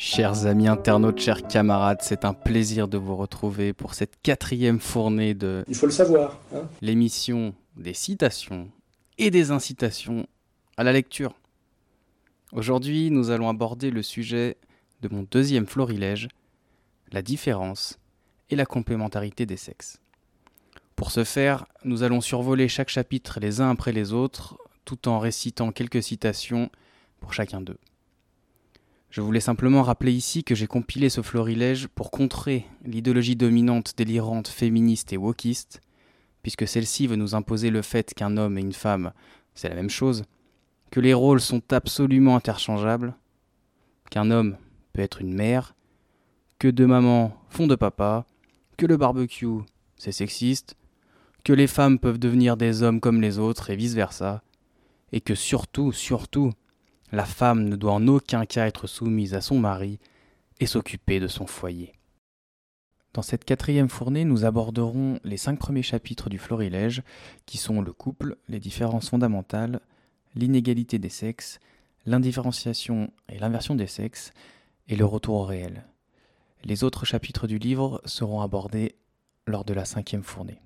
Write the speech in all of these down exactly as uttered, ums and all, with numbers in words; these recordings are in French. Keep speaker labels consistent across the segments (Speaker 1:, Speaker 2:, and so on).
Speaker 1: Chers amis internautes, chers camarades, c'est un plaisir de vous retrouver pour cette quatrième fournée de...
Speaker 2: Il faut le savoir. Hein
Speaker 1: l'émission des citations et des incitations à la lecture. Aujourd'hui, nous allons aborder le sujet de mon deuxième florilège, la différence et la complémentarité des sexes. Pour ce faire, nous allons survoler chaque chapitre les uns après les autres, tout en récitant quelques citations pour chacun d'eux. Je voulais simplement rappeler ici que j'ai compilé ce florilège pour contrer l'idéologie dominante, délirante, féministe et wokiste, puisque celle-ci veut nous imposer le fait qu'un homme et une femme, c'est la même chose, que les rôles sont absolument interchangeables, qu'un homme peut être une mère, que deux mamans font de papa, que le barbecue, c'est sexiste, que les femmes peuvent devenir des hommes comme les autres et vice-versa, et que surtout, surtout, la femme ne doit en aucun cas être soumise à son mari et s'occuper de son foyer. Dans cette quatrième fournée, nous aborderons les cinq premiers chapitres du florilège, qui sont le couple, les différences fondamentales, l'inégalité des sexes, l'indifférenciation et l'inversion des sexes, et le retour au réel. Les autres chapitres du livre seront abordés lors de la cinquième fournée.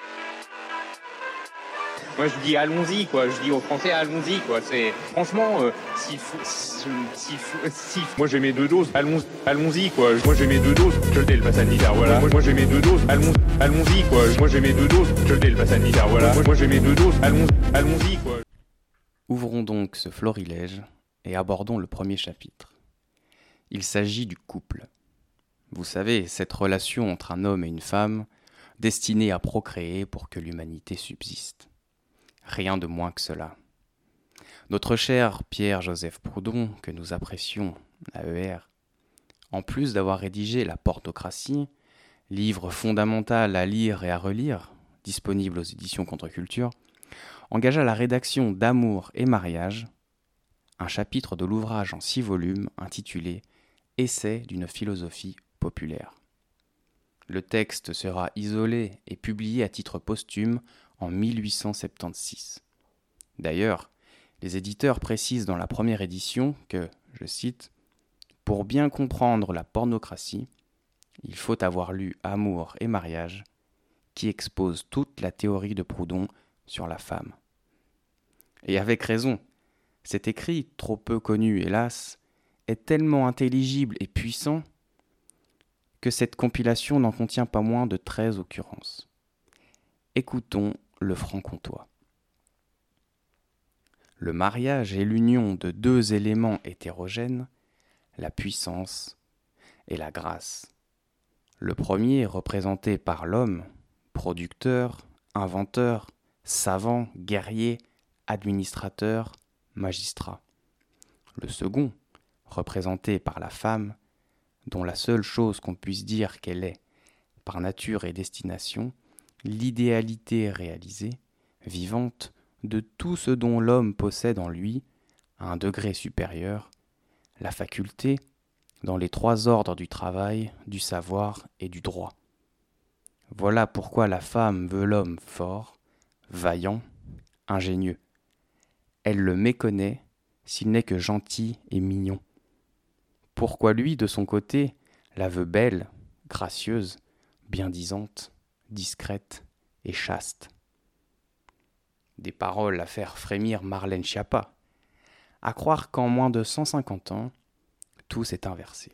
Speaker 3: Moi je dis allons-y quoi, je dis aux Français allons-y quoi. C'est franchement euh, s'il faut, si, si, si, moi j'ai mes deux doses, allons, allons-y quoi. Moi j'ai mes deux doses, je le dis le pass sanitaire voilà. Moi, moi j'ai mes deux doses, allons, allons-y quoi. Moi j'ai mes deux doses, je le dis le pass sanitaire voilà. Moi, moi j'ai mes deux doses, allons, allons-y quoi.
Speaker 1: Ouvrons donc ce florilège et abordons le premier chapitre. Il s'agit du couple. Vous savez, cette relation entre un homme et une femme, destinée à procréer pour que l'humanité subsiste. Rien de moins que cela. Notre cher Pierre-Joseph Proudhon, que nous apprécions à E R, en plus d'avoir rédigé La Pornocratie, livre fondamental à lire et à relire, disponible aux éditions Contre-Culture, engagea la rédaction d'Amour et mariage, un chapitre de l'ouvrage en six volumes intitulé « Essai d'une philosophie populaire ». Le texte sera isolé et publié à titre posthume en mille huit cent soixante-seize. D'ailleurs, les éditeurs précisent dans la première édition que, je cite, « Pour bien comprendre la pornocratie, il faut avoir lu Amour et mariage, qui expose toute la théorie de Proudhon sur la femme. » Et avec raison, cet écrit, trop peu connu hélas, est tellement intelligible et puissant que cette compilation n'en contient pas moins de treize occurrences. Écoutons le franc-comtois. Le mariage est l'union de deux éléments hétérogènes, la puissance et la grâce. Le premier représenté par l'homme, producteur, inventeur, savant, guerrier, administrateur, magistrat. Le second, représenté par la femme, dont la seule chose qu'on puisse dire qu'elle est, par nature et destination, l'idéalité réalisée, vivante, de tout ce dont l'homme possède en lui, à un degré supérieur, la faculté, dans les trois ordres du travail, du savoir et du droit. Voilà pourquoi la femme veut l'homme fort, vaillant, ingénieux. Elle le méconnaît s'il n'est que gentil et mignon. Pourquoi lui, de son côté, la veut belle, gracieuse, biendisante, discrète et chaste. Des paroles à faire frémir Marlène Schiappa. À croire qu'en moins de cent cinquante ans, tout s'est inversé.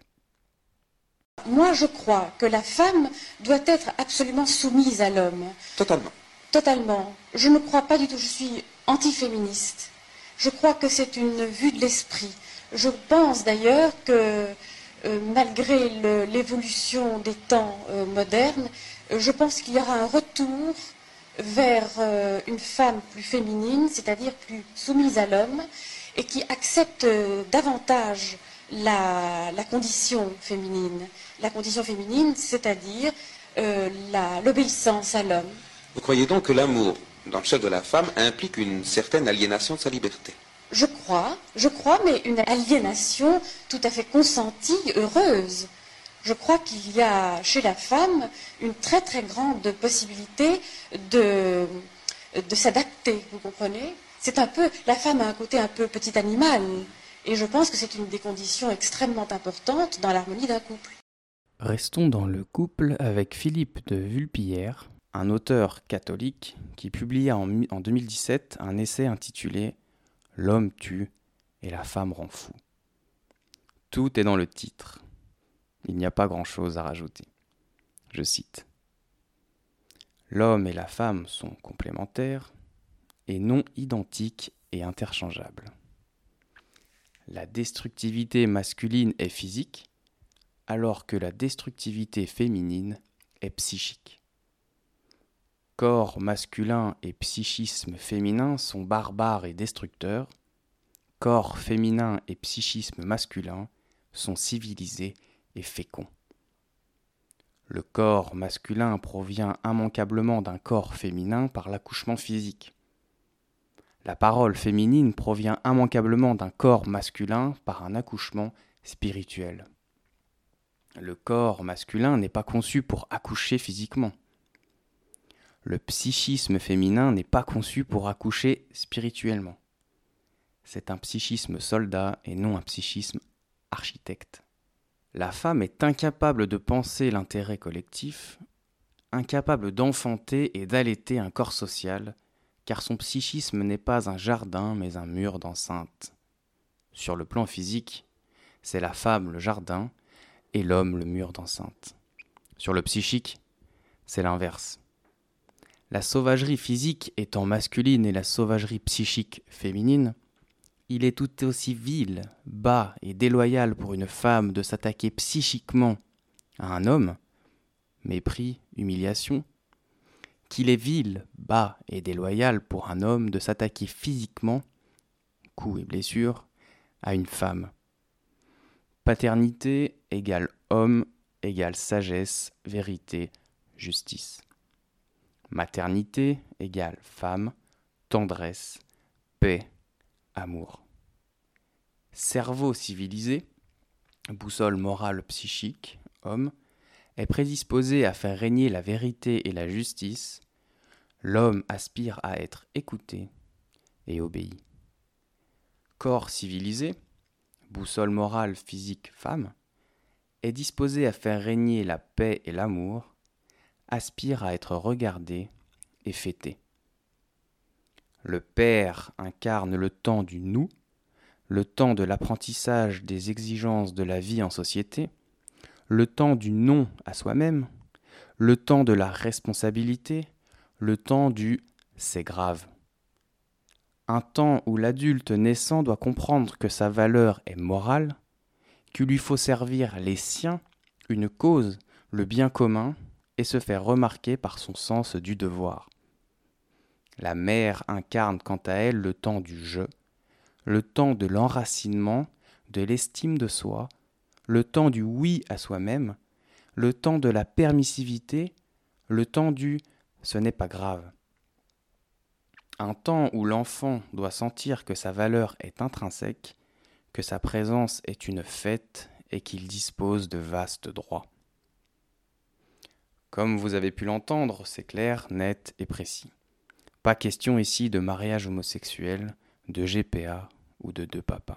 Speaker 4: Moi, je crois que la femme doit être absolument soumise à l'homme.
Speaker 5: Totalement.
Speaker 4: Totalement. Je ne crois pas du tout, je suis antiféministe. Je crois que c'est une vue de l'esprit. Je pense d'ailleurs que euh, malgré le, l'évolution des temps euh, modernes, euh, je pense qu'il y aura un retour vers euh, une femme plus féminine, c'est-à-dire plus soumise à l'homme, et qui accepte euh, davantage la, la condition féminine. La condition féminine, c'est-à-dire euh, la, l'obéissance à l'homme.
Speaker 5: Vous croyez donc que l'amour, dans le choix de la femme, implique une certaine aliénation de sa liberté?
Speaker 4: Je crois, je crois, mais une aliénation tout à fait consentie, heureuse. Je crois qu'il y a chez la femme une très très grande possibilité de, de s'adapter, vous comprenez? C'est un peu, la femme a un côté un peu petit animal, Et je pense que c'est une des conditions extrêmement importantes dans l'harmonie d'un couple.
Speaker 1: Restons dans le couple avec Philippe de Vulpillère, un auteur catholique qui publia en, en deux mille dix-sept un essai intitulé « L'homme tue et la femme rend fou ». Tout est dans le titre. Il n'y a pas grand-chose à rajouter. Je cite. « L'homme et la femme sont complémentaires et non identiques et interchangeables. La destructivité masculine est physique, alors que la destructivité féminine est psychique. Corps masculin et psychisme féminin sont barbares et destructeurs. Corps féminin et psychisme masculin sont civilisés et féconds. Le corps masculin provient immanquablement d'un corps féminin par l'accouchement physique. La parole féminine provient immanquablement d'un corps masculin par un accouchement spirituel. Le corps masculin n'est pas conçu pour accoucher physiquement. Le psychisme féminin n'est pas conçu pour accoucher spirituellement. C'est un psychisme soldat et non un psychisme architecte. La femme est incapable de penser l'intérêt collectif, incapable d'enfanter et d'allaiter un corps social, car son psychisme n'est pas un jardin mais un mur d'enceinte. Sur le plan physique, c'est la femme le jardin et l'homme le mur d'enceinte. Sur le psychique, c'est l'inverse. La sauvagerie physique étant masculine et la sauvagerie psychique féminine, il est tout aussi vil, bas et déloyal pour une femme de s'attaquer psychiquement à un homme, mépris, humiliation, qu'il est vil, bas et déloyal pour un homme de s'attaquer physiquement, coups et blessures, à une femme. Paternité égale homme égale sagesse, vérité, justice. Maternité égale femme, tendresse, paix, amour. Cerveau civilisé, boussole morale psychique, homme, est prédisposé à faire régner la vérité et la justice. L'homme aspire à être écouté et obéi. Corps civilisé, boussole morale physique femme, est disposé à faire régner la paix et l'amour, aspire à être regardé et fêté. Le père incarne le temps du nous, le temps de l'apprentissage des exigences de la vie en société, le temps du non à soi-même, le temps de la responsabilité, le temps du « c'est grave ». Un temps où l'adulte naissant doit comprendre que sa valeur est morale, qu'il lui faut servir les siens, une cause, le bien commun, et se faire remarquer par son sens du devoir. La mère incarne quant à elle le temps du « je », le temps de l'enracinement, de l'estime de soi, le temps du oui à soi-même, le temps de la permissivité, le temps du « ce n'est pas grave ». Un temps où l'enfant doit sentir que sa valeur est intrinsèque, que sa présence est une fête et qu'il dispose de vastes droits. Comme vous avez pu l'entendre, c'est clair, net et précis. Pas question ici de mariage homosexuel, de G P A ou de deux papas.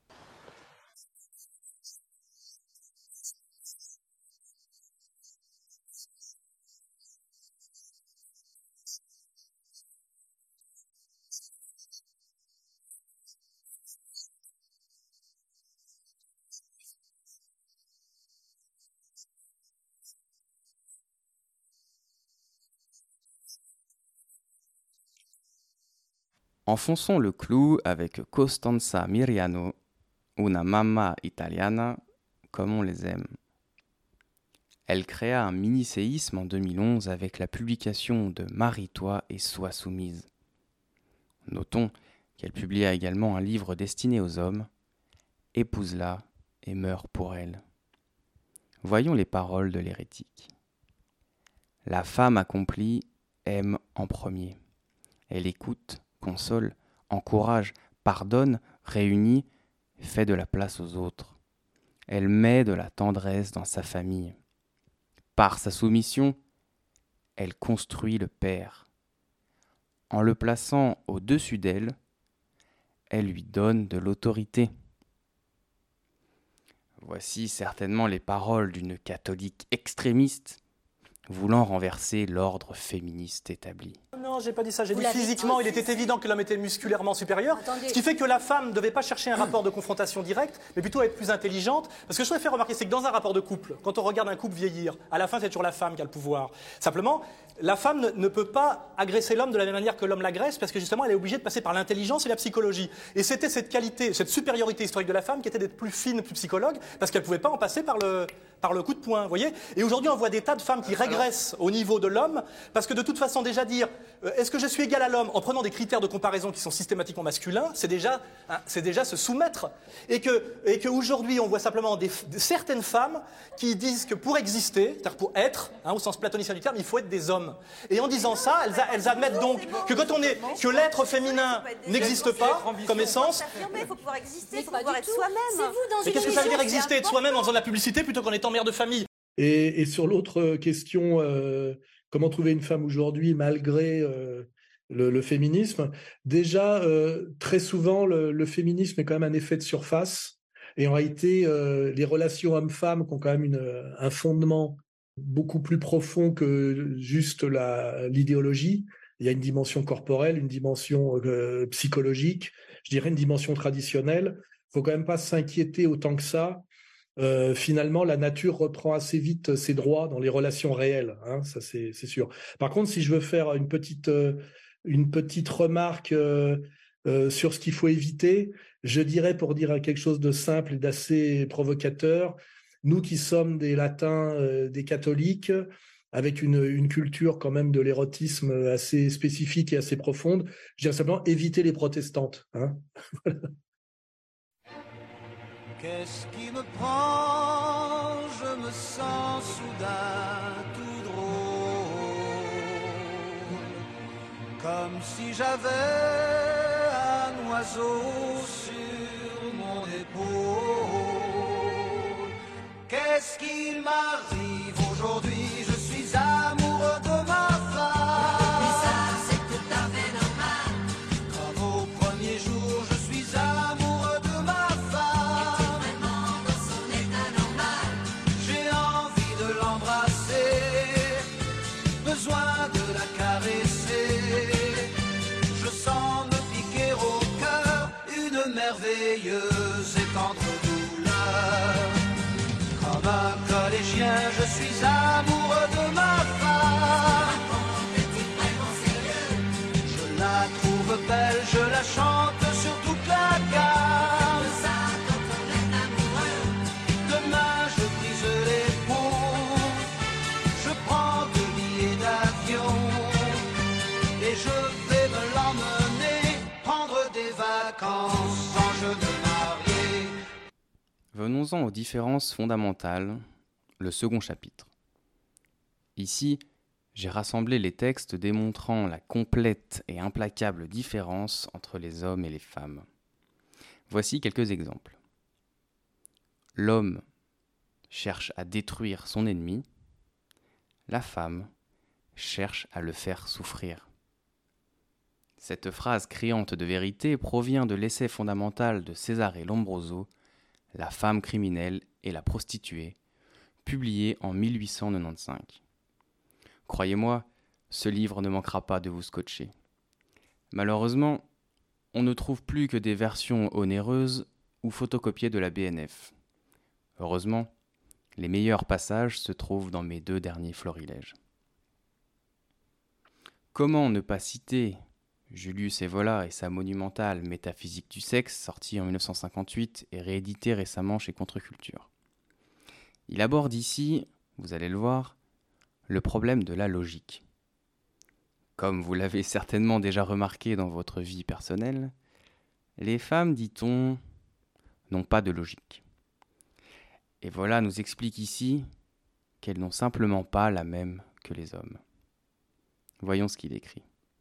Speaker 1: Enfonçons le clou avec Costanza Miriano, Una mamma italiana, comme on les aime. Elle créa un mini-séisme en deux mille onze avec la publication de Marie-toi et sois soumise. Notons qu'elle publia également un livre destiné aux hommes, Épouse-la et meurs pour elle. Voyons les paroles de l'hérétique. La femme accomplie aime en premier. Elle écoute, console, encourage, pardonne, réunit, fait de la place aux autres. Elle met de la tendresse dans sa famille. Par sa soumission, elle construit le père. En le plaçant au-dessus d'elle, elle lui donne de l'autorité. Voici certainement les paroles d'une catholique extrémiste voulant renverser l'ordre féministe établi.
Speaker 2: Non, j'ai pas dit ça. J'ai
Speaker 6: Vous
Speaker 2: dit
Speaker 6: l'avez
Speaker 2: physiquement,
Speaker 6: dit.
Speaker 2: il était évident que l'homme était musculairement supérieur.
Speaker 6: Attendez.
Speaker 2: Ce qui fait que la femme ne devait pas chercher un rapport de confrontation direct, mais plutôt être plus intelligente. Parce que je voudrais faire remarquer, c'est que dans un rapport de couple, quand on regarde un couple vieillir, à la fin, c'est toujours la femme qui a le pouvoir. Simplement, la femme ne, ne peut pas agresser l'homme de la même manière que l'homme l'agresse, parce que justement, elle est obligée de passer par l'intelligence et la psychologie. Et c'était cette qualité, cette supériorité historique de la femme qui était d'être plus fine, plus psychologue, parce qu'elle ne pouvait pas en passer par le, par le coup de poing, vous voyez. Et aujourd'hui, on voit des tas de femmes qui régressent au niveau de l'homme, parce que de toute façon, déjà dire, euh, est-ce que je suis égal à l'homme en prenant des critères de comparaison qui sont systématiquement masculins, c'est déjà, hein, c'est déjà se soumettre. Et que, et qu'aujourd'hui, on voit simplement des, des, certaines femmes qui disent que pour exister, c'est-à-dire pour être, hein, au sens platonicien du terme, il faut être des hommes. Et en disant ça, elles, a, elles admettent donc que quand on est, que l'être féminin n'existe pas comme essence.
Speaker 6: Il faut pouvoir exister, il faut pouvoir être soi-même.
Speaker 2: Mais qu'est-ce que ça veut dire exister, être soi-même en faisant de la publicité plutôt qu'en étant mère de famille?
Speaker 7: Et, et sur l'autre question, euh, comment trouver une femme aujourd'hui malgré euh, le, le féminisme, déjà, euh, très souvent, le, le féminisme est quand même un effet de surface. Et en réalité, euh, les relations hommes-femmes qui ont quand même une, un fondement beaucoup plus profond que juste la, l'idéologie. Il y a une dimension corporelle, une dimension euh, psychologique, je dirais une dimension traditionnelle. Il faut quand même pas s'inquiéter autant que ça. Euh, finalement, la nature reprend assez vite ses droits dans les relations réelles, hein, ça c'est, c'est sûr. Par contre, si je veux faire une petite, euh, une petite remarque euh, euh, sur ce qu'il faut éviter, je dirais, pour dire quelque chose de simple et d'assez provocateur, nous qui sommes des latins, euh, des catholiques, avec une, une culture quand même de l'érotisme assez spécifique et assez profonde, je dirais simplement éviter les protestantes. Hein. Voilà.
Speaker 8: Qu'est-ce qui me prend? Je me sens soudain tout drôle, comme si j'avais un oiseau sur mon épaule. Qu'est-ce qu'il m'arrive aujourd'hui? Je suis amoureux de ma femme. Bizarre, c'est tout à fait normal. Comme au premier jour, je suis amoureux de ma femme. Est-il vraiment dans son état normal? J'ai envie de l'embrasser, besoin de la caresser. Je sens me piquer au cœur une merveilleuse et tendre douleur. Comme un collégien, je suis amoureux de ma femme. Est-il vraiment sérieux? Je la trouve belle, je la chante sur toute la gamme. Ça, quand on est amoureux. Demain, je brise les ponts. Je prends deux billets d'avion et je vais me l'emmener prendre des vacances sans jeune marié.
Speaker 1: Venons-en aux différences fondamentales, le second chapitre. Ici, j'ai rassemblé les textes démontrant la complète et implacable différence entre les hommes et les femmes. Voici quelques exemples. L'homme cherche à détruire son ennemi, la femme cherche à le faire souffrir. Cette phrase criante de vérité provient de l'essai fondamental de Cesare Lombroso, La femme criminelle et la prostituée, publié en mille huit cent quatre-vingt-quinze. Croyez-moi, ce livre ne manquera pas de vous scotcher. Malheureusement, on ne trouve plus que des versions onéreuses ou photocopiées de la B N F. Heureusement, les meilleurs passages se trouvent dans mes deux derniers florilèges. Comment ne pas citer Julius Evola et sa monumentale Métaphysique du sexe, sortie en mille neuf cent cinquante-huit et rééditée récemment chez Contre-Culture. Il aborde ici, vous allez le voir, le problème de la logique. Comme vous l'avez certainement déjà remarqué dans votre vie personnelle, les femmes, dit-on, n'ont pas de logique. Et voilà nous explique ici qu'elles n'ont simplement pas la même que les hommes. Voyons ce qu'il écrit.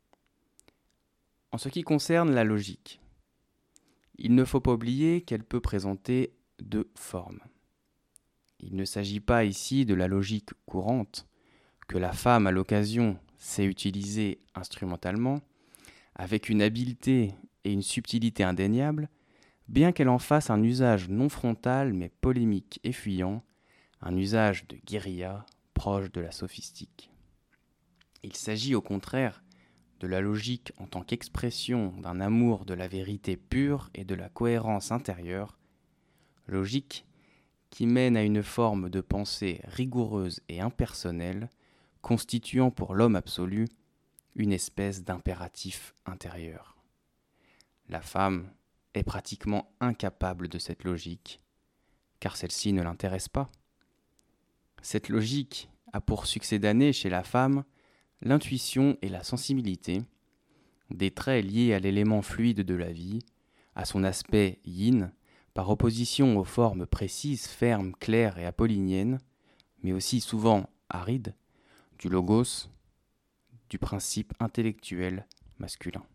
Speaker 1: En ce qui concerne la logique, il ne faut pas oublier qu'elle peut présenter deux formes. Il ne s'agit pas ici de la logique courante, que la femme à l'occasion sait utiliser instrumentalement, avec une habileté et une subtilité indéniables, bien qu'elle en fasse un usage non frontal mais polémique et fuyant, un usage de guérilla proche de la sophistique. Il s'agit au contraire de la logique en tant qu'expression d'un amour de la vérité pure et de la cohérence intérieure, logique qui mène à une forme de pensée rigoureuse et impersonnelle, constituant pour l'homme absolu une espèce d'impératif intérieur. La femme est pratiquement incapable de cette logique, car celle-ci ne l'intéresse pas. Cette logique a pour succédané chez la femme l'intuition et la sensibilité, des traits liés à l'élément fluide de la vie, à son aspect yin, par opposition aux formes précises, fermes, claires et apolliniennes, mais aussi souvent arides, du logos, du principe intellectuel masculin.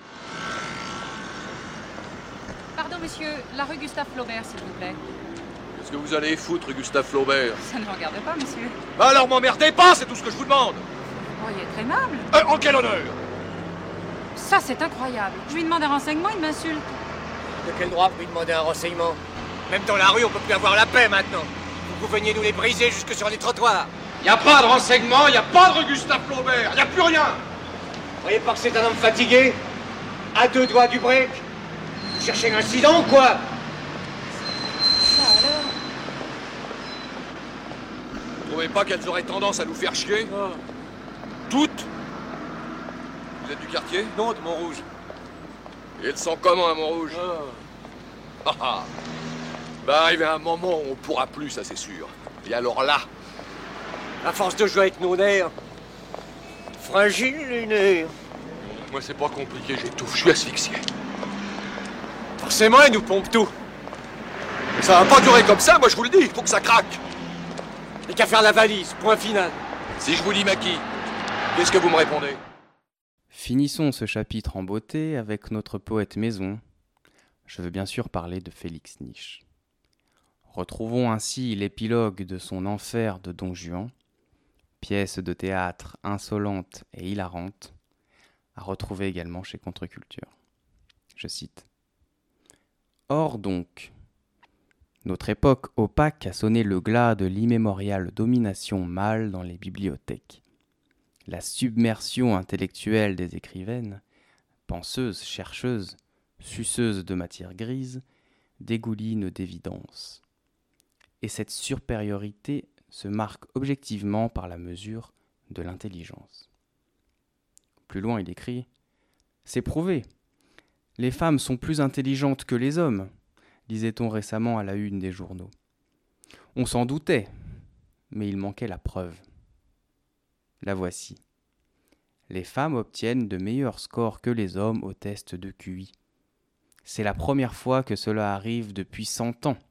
Speaker 9: Pardon, monsieur, la rue Gustave Flaubert, s'il vous plaît.
Speaker 10: Qu'est-ce que vous allez foutre, Gustave Flaubert?
Speaker 9: Ça ne me regarde pas, monsieur.
Speaker 10: Bah alors m'emmerdez pas, c'est tout ce que je vous demande.
Speaker 9: Oh, il est très aimable.
Speaker 10: Euh, en quel honneur?
Speaker 9: Ça, c'est incroyable. Je lui demande un renseignement, il m'insulte.
Speaker 11: De quel droit vous lui demander un renseignement? Même dans la rue, on peut plus avoir la paix maintenant. Faut que vous veniez nous les briser jusque sur les trottoirs.
Speaker 10: Y a pas de renseignement, y a pas de rue Gustave Flaubert, y a plus rien.
Speaker 11: Vous voyez pas que c'est un homme fatigué? À deux doigts du break? Vous cherchez l'incident ou quoi?
Speaker 9: Ça alors?
Speaker 10: Vous trouvez pas qu'elles auraient tendance à nous faire chier?
Speaker 11: Oh.
Speaker 10: Toutes? Vous êtes du quartier?
Speaker 11: Non, de Montrouge.
Speaker 10: Et elles sont comment à Montrouge?
Speaker 11: Oh.
Speaker 10: Ah ah. Va arriver un moment où on pourra plus, ça c'est sûr. Et alors là,
Speaker 11: À force de jouer avec nos nerfs. Fragile, les nerfs.
Speaker 10: moi c'est pas compliqué, j'étouffe, je suis asphyxié.
Speaker 11: Forcément, ils nous pompent tout.
Speaker 10: Mais ça va pas durer comme ça, moi je vous le dis, il faut que ça craque.
Speaker 11: Et qu'à faire la valise, point final.
Speaker 10: Si je vous dis Maki, qu'est-ce que vous me répondez?
Speaker 1: Finissons ce chapitre en beauté avec notre poète maison. Je veux bien sûr parler de Félix Niche. Retrouvons ainsi l'épilogue de son Enfer de Don Juan, pièce de théâtre insolente et hilarante, à retrouver également chez Contre-Culture. Je cite. « Or donc, notre époque opaque a sonné le glas de l'immémoriale domination mâle dans les bibliothèques. La submersion intellectuelle des écrivaines, penseuses, chercheuses, suceuses de matière grise, dégouline d'évidence. Et cette supériorité se marque objectivement par la mesure de l'intelligence. » Plus loin, il écrit « C'est prouvé. Les femmes sont plus intelligentes que les hommes, lisait-on récemment à la une des journaux. On s'en doutait, mais il manquait la preuve. La voici. Les femmes obtiennent de meilleurs scores que les hommes au test de Q I. C'est la première fois que cela arrive depuis cent ans.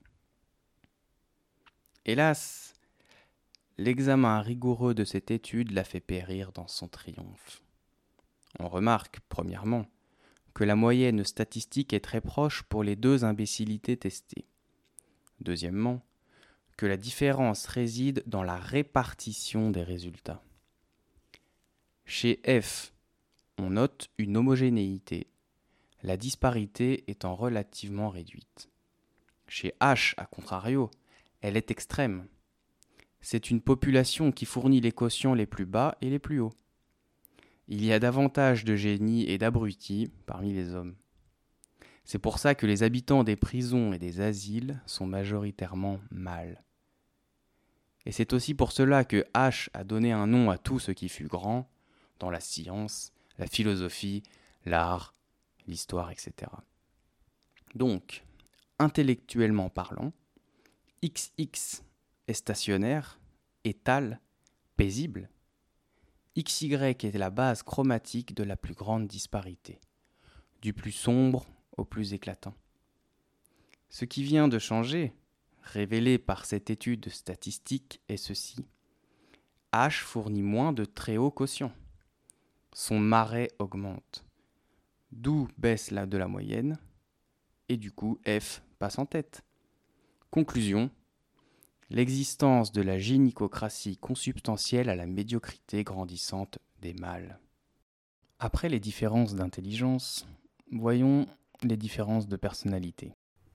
Speaker 1: Hélas, l'examen rigoureux de cette étude l'a fait périr dans son triomphe. On remarque, premièrement, que la moyenne statistique est très proche pour les deux imbécilités testées. Deuxièmement, que la différence réside dans la répartition des résultats. Chez F, on note une homogénéité, la disparité étant relativement réduite. Chez H, à contrario, elle est extrême. C'est une population qui fournit les quotients les plus bas et les plus hauts. Il y a davantage de génies et d'abrutis parmi les hommes. C'est pour ça que les habitants des prisons et des asiles sont majoritairement mâles. Et c'est aussi pour cela que H a donné un nom à tout ce qui fut grand, dans la science, la philosophie, l'art, l'histoire, et cetera. Donc, intellectuellement parlant, X X est stationnaire, étale, paisible. X Y est la base chromatique de la plus grande disparité, du plus sombre au plus éclatant. Ce qui vient de changer, révélé par cette étude statistique, est ceci. H fournit moins de très hauts quotients. Son marais augmente. D'où baisse la de la moyenne, et du coup F passe en tête. Conclusion. L'existence de la gynécocratie consubstantielle à la médiocrité grandissante des mâles. Après les différences d'intelligence, voyons les différences de personnalité.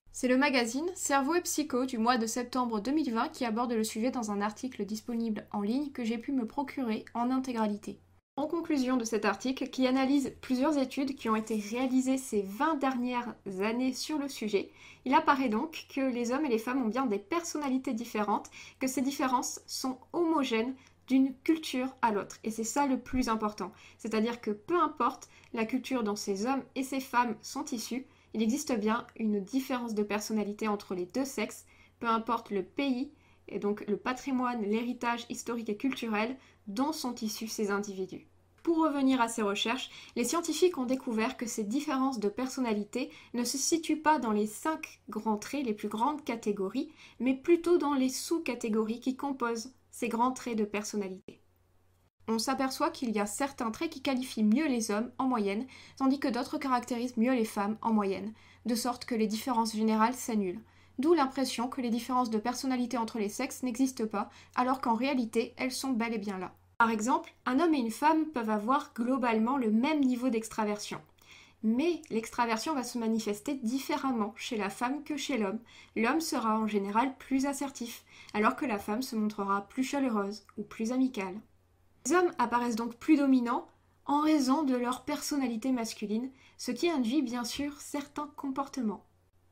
Speaker 12: C'est le magazine Cerveau et Psycho du mois de septembre deux mille vingt qui aborde le sujet dans un article disponible en ligne que j'ai pu me procurer en intégralité. En conclusion de cet article, qui analyse plusieurs études qui ont été réalisées ces vingt dernières années sur le sujet, il apparaît donc que les hommes et les femmes ont bien des personnalités différentes, que ces différences sont homogènes d'une culture à l'autre. Et c'est ça le plus important. C'est-à-dire que peu importe la culture dont ces hommes et ces femmes sont issus, il existe bien une différence de personnalité entre les deux sexes, peu importe le pays, et donc le patrimoine, l'héritage historique et culturel dont sont issus ces individus. Pour revenir à ces recherches, les scientifiques ont découvert que ces différences de personnalité ne se situent pas dans les cinq grands traits, les plus grandes catégories, mais plutôt dans les sous-catégories qui composent ces grands traits de personnalité. On s'aperçoit qu'il y a certains traits qui qualifient mieux les hommes en moyenne, tandis que d'autres caractérisent mieux les femmes en moyenne, de sorte que les différences générales s'annulent. D'où l'impression que les différences de personnalité entre les sexes n'existent pas, alors qu'en réalité, elles sont bel et bien là. Par exemple, un homme et une femme peuvent avoir globalement le même niveau d'extraversion. Mais l'extraversion va se manifester différemment chez la femme que chez l'homme. L'homme sera en général plus assertif, alors que la femme se montrera plus chaleureuse ou plus amicale. Les hommes apparaissent donc plus dominants en raison de leur personnalité masculine, ce qui induit bien sûr certains comportements.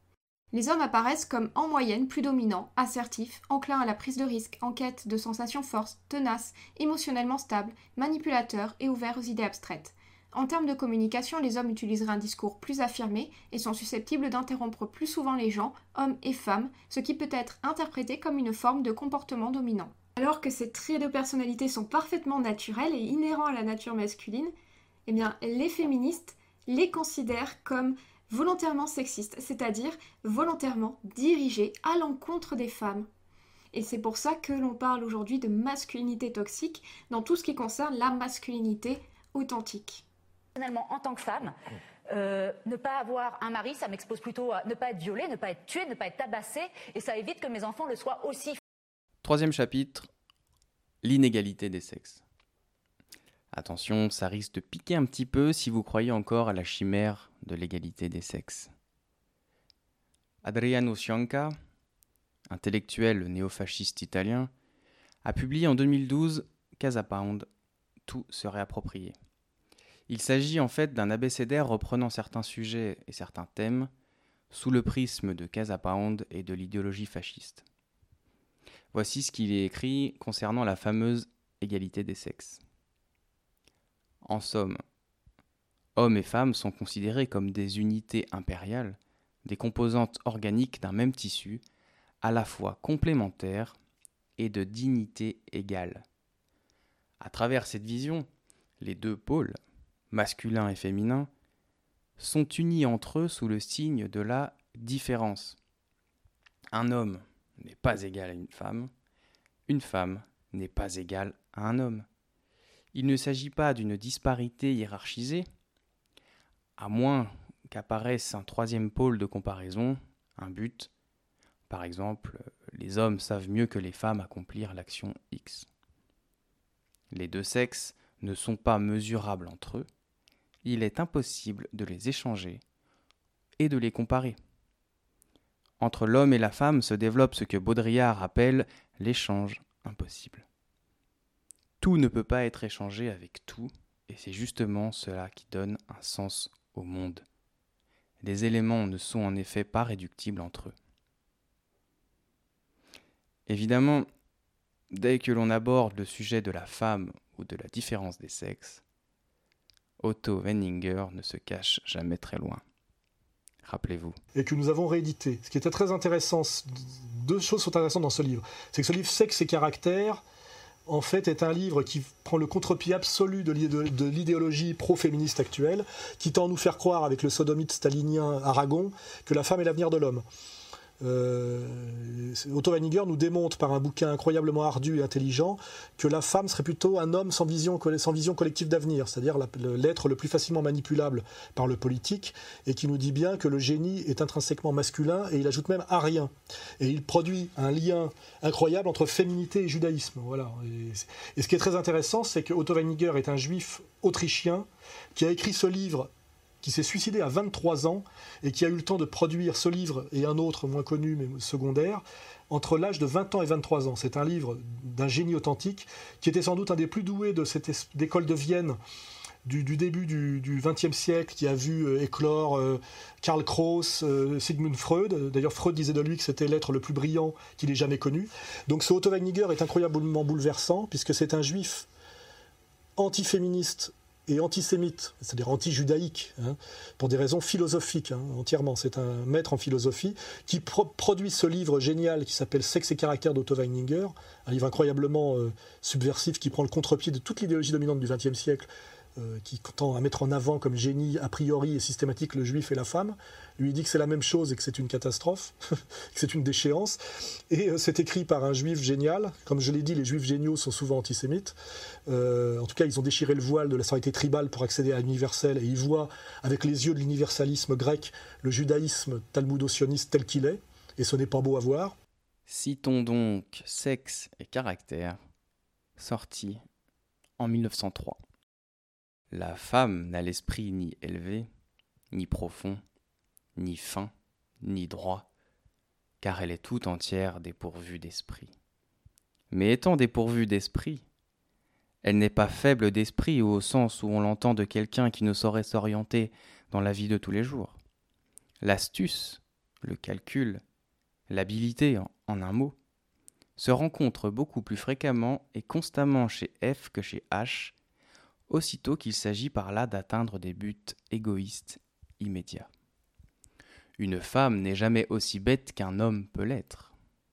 Speaker 12: Les hommes apparaissent comme en moyenne plus dominants, assertifs, enclins à la prise de risque, en quête de sensations fortes, tenaces, émotionnellement stables, manipulateurs et ouverts aux idées abstraites. En termes de communication, les hommes utiliseraient un discours plus affirmé et sont susceptibles d'interrompre plus souvent les gens, hommes et femmes, ce qui peut être interprété comme une forme de comportement dominant. Alors que ces traits de personnalité sont parfaitement naturels et inhérents à la nature masculine, eh bien, les féministes les considèrent comme volontairement sexistes, c'est-à-dire volontairement dirigés à l'encontre des femmes. Et c'est pour ça que l'on parle aujourd'hui de masculinité toxique dans tout ce qui concerne la masculinité authentique.
Speaker 13: Personnellement, en tant que femme, euh, ne pas avoir un mari, ça m'expose plutôt à ne pas être violée, ne pas être tuée, ne pas être tabassée, et ça évite que mes enfants le soient aussi.
Speaker 1: Troisième chapitre, l'inégalité des sexes. Attention, ça risque de piquer un petit peu si vous croyez encore à la chimère de l'égalité des sexes. Adriano Cianca, intellectuel néofasciste italien, a publié en deux mille douze Casa Pound, Tout se réapproprier. Il s'agit en fait d'un abécédaire reprenant certains sujets et certains thèmes sous le prisme de Casa Pound et de l'idéologie fasciste. Voici ce qu'il est écrit concernant la fameuse égalité des sexes. En somme, hommes et femmes sont considérés comme des unités impériales, des composantes organiques d'un même tissu, à la fois complémentaires et de dignité égale. À travers cette vision, les deux pôles, masculin et féminin, sont unis entre eux sous le signe de la différence. Un homme n'est pas égal à une femme, une femme n'est pas égale à un homme. Il ne s'agit pas d'une disparité hiérarchisée, à moins qu'apparaisse un troisième pôle de comparaison, un but. Par exemple, les hommes savent mieux que les femmes accomplir l'action X. Les deux sexes ne sont pas mesurables entre eux, il est impossible de les échanger et de les comparer. Entre l'homme et la femme se développe ce que Baudrillard appelle l'échange impossible. Tout ne peut pas être échangé avec tout, et c'est justement cela qui donne un sens au monde. Les éléments ne sont en effet pas réductibles entre eux. Évidemment, dès que l'on aborde le sujet de la femme ou de la différence des sexes, Otto Weininger ne se cache jamais très loin. Rappelez-vous.
Speaker 7: Et que nous avons réédité. Ce qui était très intéressant, deux choses sont intéressantes dans ce livre. C'est que ce livre, Sexe et caractère, en fait, est un livre qui prend le contre-pied absolu de l'idéologie pro-féministe actuelle, qui tend à nous faire croire, avec le sodomite stalinien Aragon, que la femme est l'avenir de l'homme. Euh, Otto Weininger nous démontre par un bouquin incroyablement ardu et intelligent que la femme serait plutôt un homme sans vision, sans vision collective d'avenir, c'est-à-dire l'être le plus facilement manipulable par le politique, et qui nous dit bien que le génie est intrinsèquement masculin, et il ajoute même arien. Et il produit un lien incroyable entre féminité et judaïsme. Voilà. Et, et ce qui est très intéressant, c'est que Otto Weininger est un juif autrichien qui a écrit ce livre qui s'est suicidé à vingt-trois ans et qui a eu le temps de produire ce livre et un autre moins connu mais secondaire entre l'âge de vingt ans et vingt-trois ans. C'est un livre d'un génie authentique qui était sans doute un des plus doués de cette es- d'école de Vienne du, du début du vingtième siècle, qui a vu euh, éclore euh, Karl Kraus, euh, Sigmund Freud. D'ailleurs, Freud disait de lui que c'était l'être le plus brillant qu'il ait jamais connu. Donc ce Otto Weininger est incroyablement bouleversant puisque c'est un juif antiféministe et antisémite, c'est-à-dire anti-judaïque, hein, pour des raisons philosophiques, hein, entièrement. C'est un maître en philosophie qui pro- produit ce livre génial qui s'appelle « Sexe et caractère » d'Otto Weininger, un livre incroyablement euh, subversif qui prend le contre-pied de toute l'idéologie dominante du vingtième siècle, euh, qui tend à mettre en avant comme génie a priori et systématique le juif et la femme. Lui, il dit que c'est la même chose et que c'est une catastrophe, que c'est une déchéance. Et euh, c'est écrit par un juif génial. Comme je l'ai dit, les juifs géniaux sont souvent antisémites. Euh, en tout cas, ils ont déchiré le voile de la sororité tribale pour accéder à l'universel, et ils voient avec les yeux de l'universalisme grec le judaïsme talmudo-sioniste tel qu'il est, et ce n'est pas beau à voir.
Speaker 1: Citons donc Sexe et caractère, sorti en mille neuf cent trois. La femme n'a l'esprit ni élevé, ni profond, ni fin, ni droit, car elle est tout entière dépourvue d'esprit. Mais étant dépourvue d'esprit, elle n'est pas faible d'esprit au sens où on l'entend de quelqu'un qui ne saurait s'orienter dans la vie de tous les jours. L'astuce, le calcul, l'habileté, en, en un mot, se rencontrent beaucoup plus fréquemment et constamment chez F que chez H, aussitôt qu'il s'agit par là d'atteindre des buts égoïstes immédiats. Une femme n'est jamais aussi bête qu'un homme peut l'être.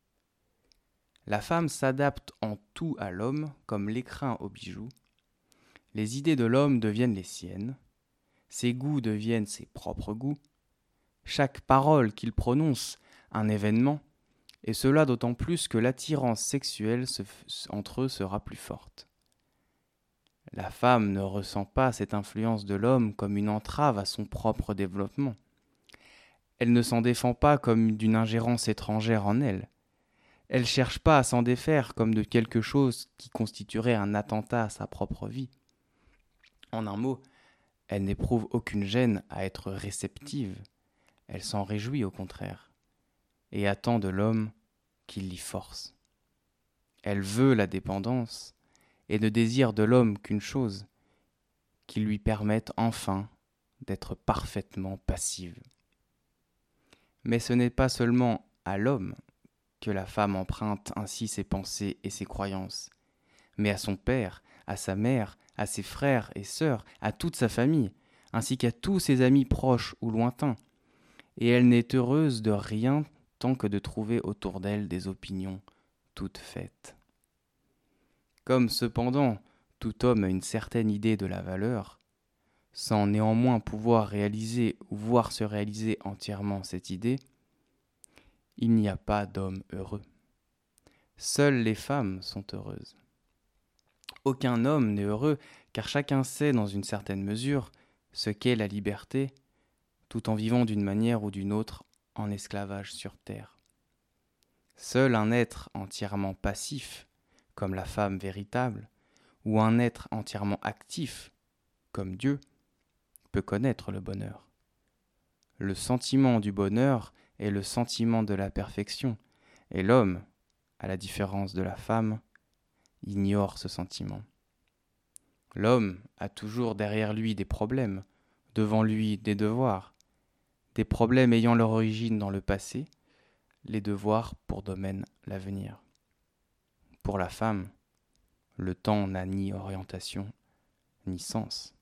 Speaker 1: La femme s'adapte en tout à l'homme comme l'écrin aux bijoux. Les idées de l'homme deviennent les siennes, ses goûts deviennent ses propres goûts, chaque parole qu'il prononce un événement, et cela d'autant plus que l'attirance sexuelle se f- entre eux sera plus forte. La femme ne ressent pas cette influence de l'homme comme une entrave à son propre développement. Elle ne s'en défend pas comme d'une ingérence étrangère en elle. Elle ne cherche pas à s'en défaire comme de quelque chose qui constituerait un attentat à sa propre vie. En un mot, elle n'éprouve aucune gêne à être réceptive. Elle s'en réjouit au contraire, et attend de l'homme qu'il l'y force. Elle veut la dépendance, et ne désire de l'homme qu'une chose, qu'il lui permette enfin d'être parfaitement passive. Mais ce n'est pas seulement à l'homme que la femme emprunte ainsi ses pensées et ses croyances, mais à son père, à sa mère, à ses frères et sœurs, à toute sa famille, ainsi qu'à tous ses amis proches ou lointains, et elle n'est heureuse de rien tant que de trouver autour d'elle des opinions toutes faites. Comme cependant tout homme a une certaine idée de la valeur, sans néanmoins pouvoir réaliser ou voir se réaliser entièrement cette idée, il n'y a pas d'homme heureux. Seules les femmes sont heureuses. Aucun homme n'est heureux, car chacun sait dans une certaine mesure ce qu'est la liberté, tout en vivant d'une manière ou d'une autre en esclavage sur terre. Seul un être entièrement passif, comme la femme véritable, ou un être entièrement actif, comme Dieu, peut connaître le bonheur. Le sentiment du bonheur est le sentiment de la perfection, et l'homme, à la différence de la femme, ignore ce sentiment. L'homme a toujours derrière lui des problèmes, devant lui des devoirs, des problèmes ayant leur origine dans le passé, les devoirs pour domaine l'avenir. Pour la femme, le temps n'a ni orientation, ni sens.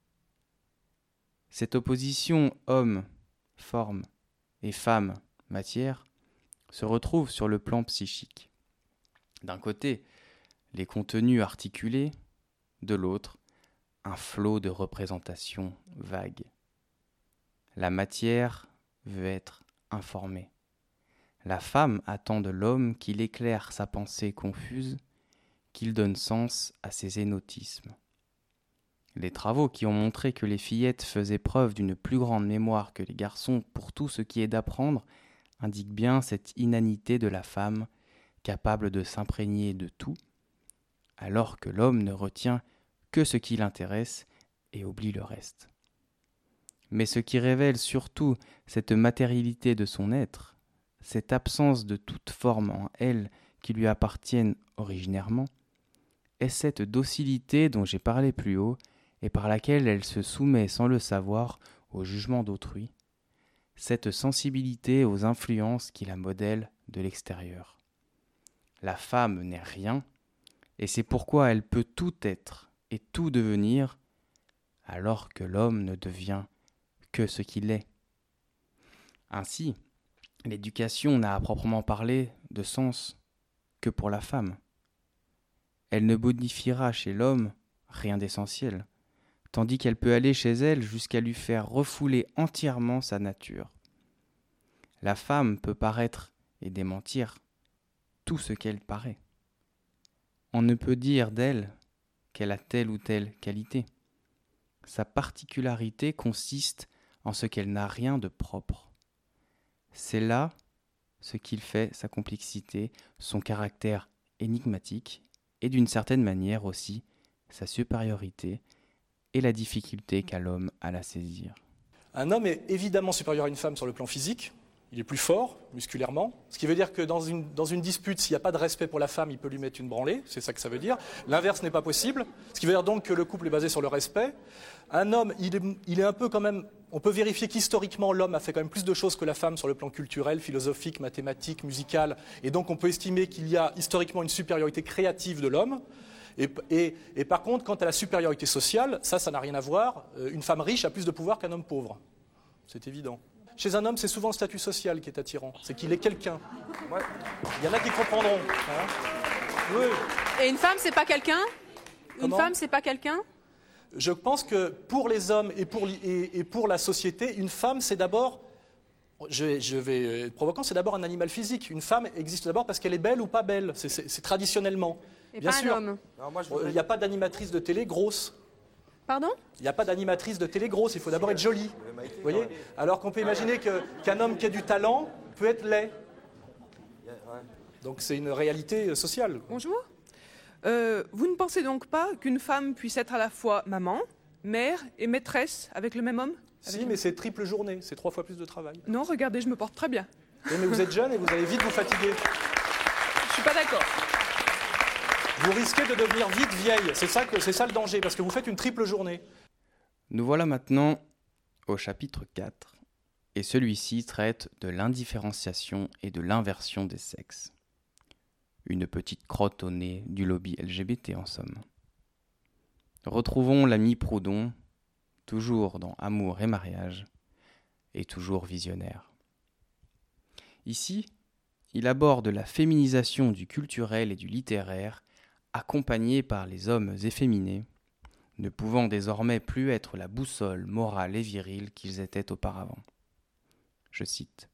Speaker 1: Cette opposition homme-forme et femme-matière se retrouve sur le plan psychique. D'un côté, les contenus articulés, de l'autre, un flot de représentations vagues. La matière veut être informée. La femme attend de l'homme qu'il éclaire sa pensée confuse, qu'il donne sens à ses énotismes. Les travaux qui ont montré que les fillettes faisaient preuve d'une plus grande mémoire que les garçons pour tout ce qui est d'apprendre indiquent bien cette inanité de la femme capable de s'imprégner de tout, alors que l'homme ne retient que ce qui l'intéresse et oublie le reste. Mais ce qui révèle surtout cette matérialité de son être, cette absence de toute forme en elle qui lui appartienne originairement, est cette docilité dont j'ai parlé plus haut et par laquelle elle se soumet sans le savoir au jugement d'autrui, cette sensibilité aux influences qui la modèlent de l'extérieur. La femme n'est rien, et c'est pourquoi elle peut tout être et tout devenir, alors que l'homme ne devient que ce qu'il est. Ainsi, l'éducation n'a à proprement parler de sens que pour la femme. Elle ne modifiera chez l'homme rien d'essentiel, tandis qu'elle peut aller chez elle jusqu'à lui faire refouler entièrement sa nature. La femme peut paraître et démentir tout ce qu'elle paraît. On ne peut dire d'elle qu'elle a telle ou telle qualité. Sa particularité consiste en ce qu'elle n'a rien de propre. C'est là ce qui fait sa complexité, son caractère énigmatique et d'une certaine manière aussi sa supériorité et la difficulté qu'a l'homme à la saisir.
Speaker 2: Un homme est évidemment supérieur à une femme sur le plan physique. Il est plus fort, musculairement. Ce qui veut dire que dans une, dans une dispute, s'il n'y a pas de respect pour la femme, il peut lui mettre une branlée. C'est ça que ça veut dire. L'inverse n'est pas possible. Ce qui veut dire donc que le couple est basé sur le respect. Un homme, il est, il est un peu quand même... On peut vérifier qu'historiquement, l'homme a fait quand même plus de choses que la femme sur le plan culturel, philosophique, mathématique, musical. Et donc on peut estimer qu'il y a historiquement une supériorité créative de l'homme. Et, et, et par contre, quant à la supériorité sociale, ça, ça n'a rien à voir. Une femme riche a plus de pouvoir qu'un homme pauvre. C'est évident. Chez un homme, c'est souvent le statut social qui est attirant. C'est qu'il est quelqu'un. Ouais. Il y en a qui comprendront. Hein, oui.
Speaker 14: Et une femme, c'est pas quelqu'un ? Une
Speaker 2: Comment
Speaker 14: femme, c'est pas quelqu'un ?
Speaker 2: Je pense que pour les hommes et pour, et, et pour la société, une femme, c'est d'abord, je, je vais être provocant, c'est d'abord un animal physique. Une femme existe d'abord parce qu'elle est belle ou pas belle. C'est, c'est, c'est traditionnellement.
Speaker 14: Et
Speaker 2: Bien
Speaker 14: pas
Speaker 2: sûr.
Speaker 14: un homme.
Speaker 2: Il n'y a pas d'animatrice de télé grosse.
Speaker 14: Pardon ?
Speaker 2: Il n'y a pas d'animatrice de télé grosse, il faut d'abord être joli. Vous voyez ? Alors qu'on peut imaginer que, qu'un homme qui a du talent peut être laid. Donc c'est une réalité sociale.
Speaker 15: Bonjour. Euh, vous ne pensez donc pas qu'une femme puisse être à la fois maman, mère et maîtresse avec le même homme ?
Speaker 2: Si, mais c'est triple journée, c'est trois fois plus de travail.
Speaker 15: Non, regardez, je me porte très bien.
Speaker 2: Oui, mais vous êtes jeune et vous allez vite vous fatiguer.
Speaker 15: Je suis pas d'accord.
Speaker 2: Vous risquez de devenir vite vieille, c'est ça, que, c'est ça le danger, parce que vous faites une triple journée.
Speaker 1: Nous voilà maintenant au chapitre quatre, et celui-ci traite de l'indifférenciation et de l'inversion des sexes. Une petite crotte au nez du lobby L G B T en somme. Retrouvons l'ami Proudhon, toujours dans Amour et mariage, et toujours visionnaire. Ici, il aborde la féminisation du culturel et du littéraire, accompagné par les hommes efféminés, ne pouvant désormais plus être la boussole morale et virile qu'ils étaient auparavant. Je cite.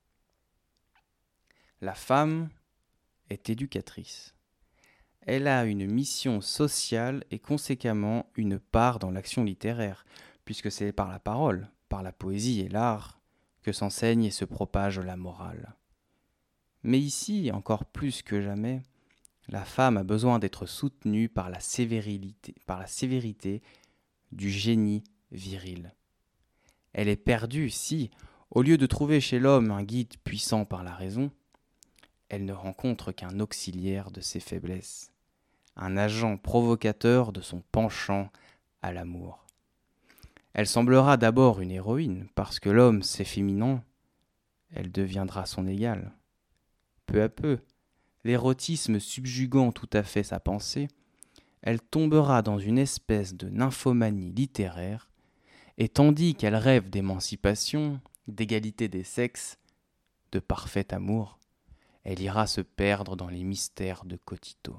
Speaker 1: « La femme est éducatrice. Elle a une mission sociale et conséquemment une part dans l'action littéraire, puisque c'est par la parole, par la poésie et l'art, que s'enseigne et se propage la morale. Mais ici, encore plus que jamais, la femme a besoin d'être soutenue par la sévérité, par la sévérité du génie viril. Elle est perdue si, au lieu de trouver chez l'homme un guide puissant par la raison, elle ne rencontre qu'un auxiliaire de ses faiblesses, un agent provocateur de son penchant à l'amour. Elle semblera d'abord une héroïne, parce que l'homme s'efféminant, elle deviendra son égale. Peu à peu, l'érotisme subjuguant tout à fait sa pensée, elle tombera dans une espèce de nymphomanie littéraire, et tandis qu'elle rêve d'émancipation, d'égalité des sexes, de parfait amour, elle ira se perdre dans les mystères de Kotito.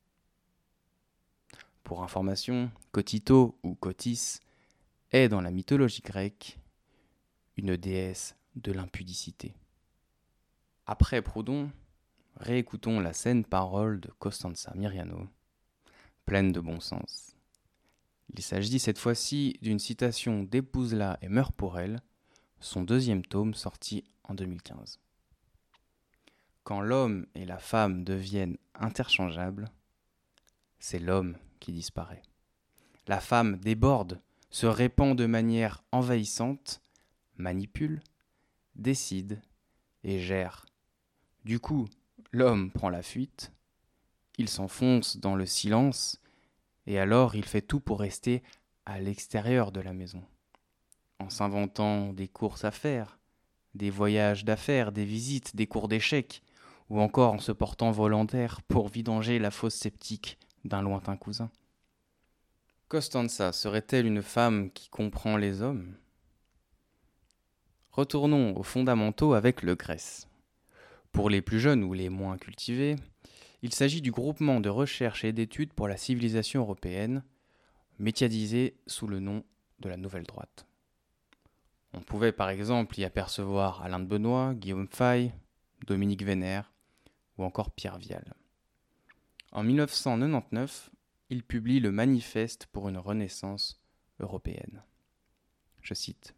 Speaker 1: Pour information, Kotito ou Kotis est dans la mythologie grecque une déesse de l'impudicité. Après Proudhon, réécoutons la saine parole de Costanza Miriano, pleine de bon sens. Il s'agit cette fois-ci d'une citation d'Épouse-la et meurt pour elle, son deuxième tome sorti en deux mille quinze. Quand l'homme et la femme deviennent interchangeables, c'est l'homme qui disparaît. La femme déborde se répand de manière envahissante, manipule, décide et gère. Du coup, l'homme prend la fuite, il s'enfonce dans le silence, et alors il fait tout pour rester à l'extérieur de la maison, en s'inventant des courses à faire, des voyages d'affaires, des visites, des cours d'échecs, ou encore en se portant volontaire pour vidanger la fosse sceptique d'un lointain cousin. Costanza serait-elle une femme qui comprend les hommes ? Retournons aux fondamentaux avec le Grèce. Pour les plus jeunes ou les moins cultivés, il s'agit du groupement de recherche et d'études pour la civilisation européenne, médiatisé sous le nom de la Nouvelle Droite. On pouvait par exemple y apercevoir Alain de Benoît, Guillaume Fay, Dominique Vénère ou encore Pierre Vial. En mille neuf cent quatre-vingt-dix-neuf, il publie le Manifeste pour une Renaissance européenne. Je cite.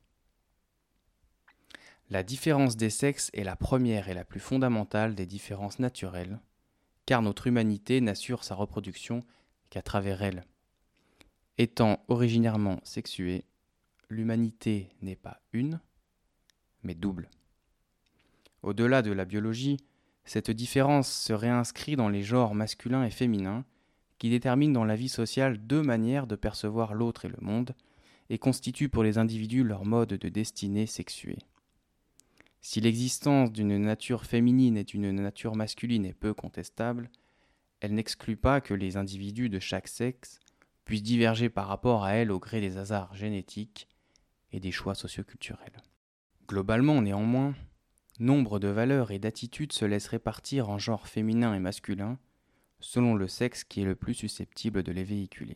Speaker 1: « La différence des sexes est la première et la plus fondamentale des différences naturelles, car notre humanité n'assure sa reproduction qu'à travers elle. Étant originairement sexuée, l'humanité n'est pas une, mais double. Au-delà de la biologie, cette différence se réinscrit dans les genres masculins et féminins qui déterminent dans la vie sociale deux manières de percevoir l'autre et le monde et constituent pour les individus leur mode de destinée sexuée. Si l'existence d'une nature féminine et d'une nature masculine est peu contestable, elle n'exclut pas que les individus de chaque sexe puissent diverger par rapport à elle au gré des hasards génétiques et des choix socioculturels. Globalement, néanmoins, nombre de valeurs et d'attitudes se laissent répartir en genres féminin et masculin selon le sexe qui est le plus susceptible de les véhiculer.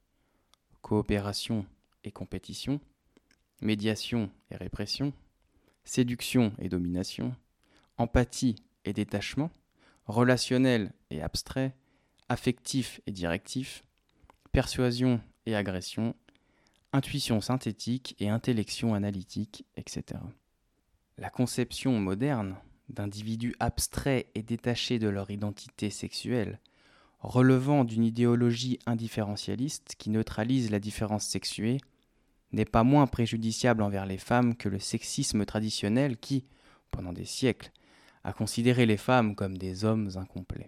Speaker 1: Coopération et compétition, médiation et répression, séduction et domination, empathie et détachement, relationnel et abstrait, affectif et directif, persuasion et agression, intuition synthétique et intellection analytique, et cetera. La conception moderne d'individus abstraits et détachés de leur identité sexuelle, relevant d'une idéologie indifférencialiste qui neutralise la différence sexuée, n'est pas moins préjudiciable envers les femmes que le sexisme traditionnel qui, pendant des siècles, a considéré les femmes comme des hommes incomplets.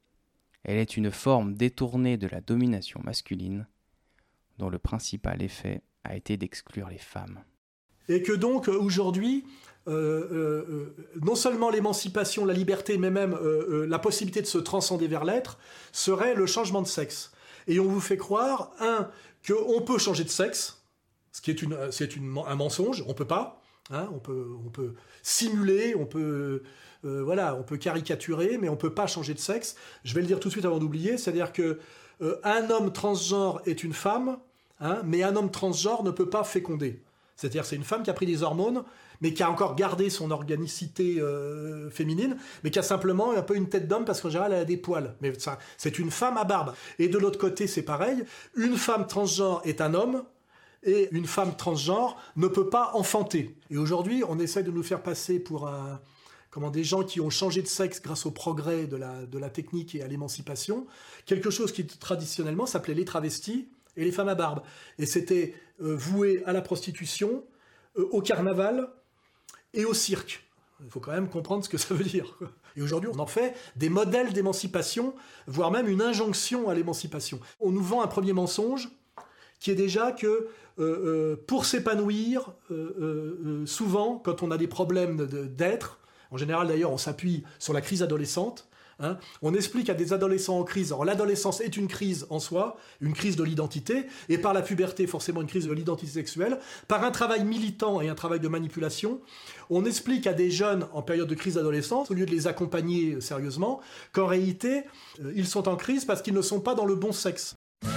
Speaker 1: Elle est une forme détournée de la domination masculine, dont le principal effet a été d'exclure les femmes.
Speaker 7: Et que donc, aujourd'hui, euh, euh, non seulement l'émancipation, la liberté, mais même euh, euh, la possibilité de se transcender vers l'être, serait le changement de sexe. Et on vous fait croire, un, qu'on peut changer de sexe, ce qui est, une, c'est une, un mensonge, on ne peut pas, hein, on peut, on peut simuler, on peut, euh, voilà, on peut caricaturer, mais on ne peut pas changer de sexe. Je vais le dire tout de suite avant d'oublier, c'est-à-dire que euh, un homme transgenre est une femme, hein, mais un homme transgenre ne peut pas féconder. C'est-à-dire c'est une femme qui a pris des hormones, mais qui a encore gardé son organicité euh, féminine, mais qui a simplement un peu une tête d'homme, parce qu'en général, elle a des poils. Mais ça, c'est une femme à barbe. Et de l'autre côté, c'est pareil. Une femme transgenre est un homme, et une femme transgenre ne peut pas enfanter. Et aujourd'hui, on essaie de nous faire passer pour un, comment, des gens qui ont changé de sexe grâce au progrès de la, de la technique et à l'émancipation, quelque chose qui traditionnellement s'appelait les travestis et les femmes à barbe. Et c'était euh, voué à la prostitution, euh, au carnaval et au cirque. Il faut quand même comprendre ce que ça veut dire. Et aujourd'hui, on en fait des modèles d'émancipation, voire même une injonction à l'émancipation. On nous vend un premier mensonge, qui est déjà que euh, euh, pour s'épanouir, euh, euh, souvent, quand on a des problèmes de, d'être, en général d'ailleurs on s'appuie sur la crise adolescente, hein, on explique à des adolescents en crise, alors l'adolescence est une crise en soi, une crise de l'identité, et par la puberté forcément une crise de l'identité sexuelle, par un travail militant et un travail de manipulation, on explique à des jeunes en période de crise d'adolescence, au lieu de les accompagner sérieusement, qu'en réalité, euh, ils sont en crise parce qu'ils ne sont pas dans le bon sexe.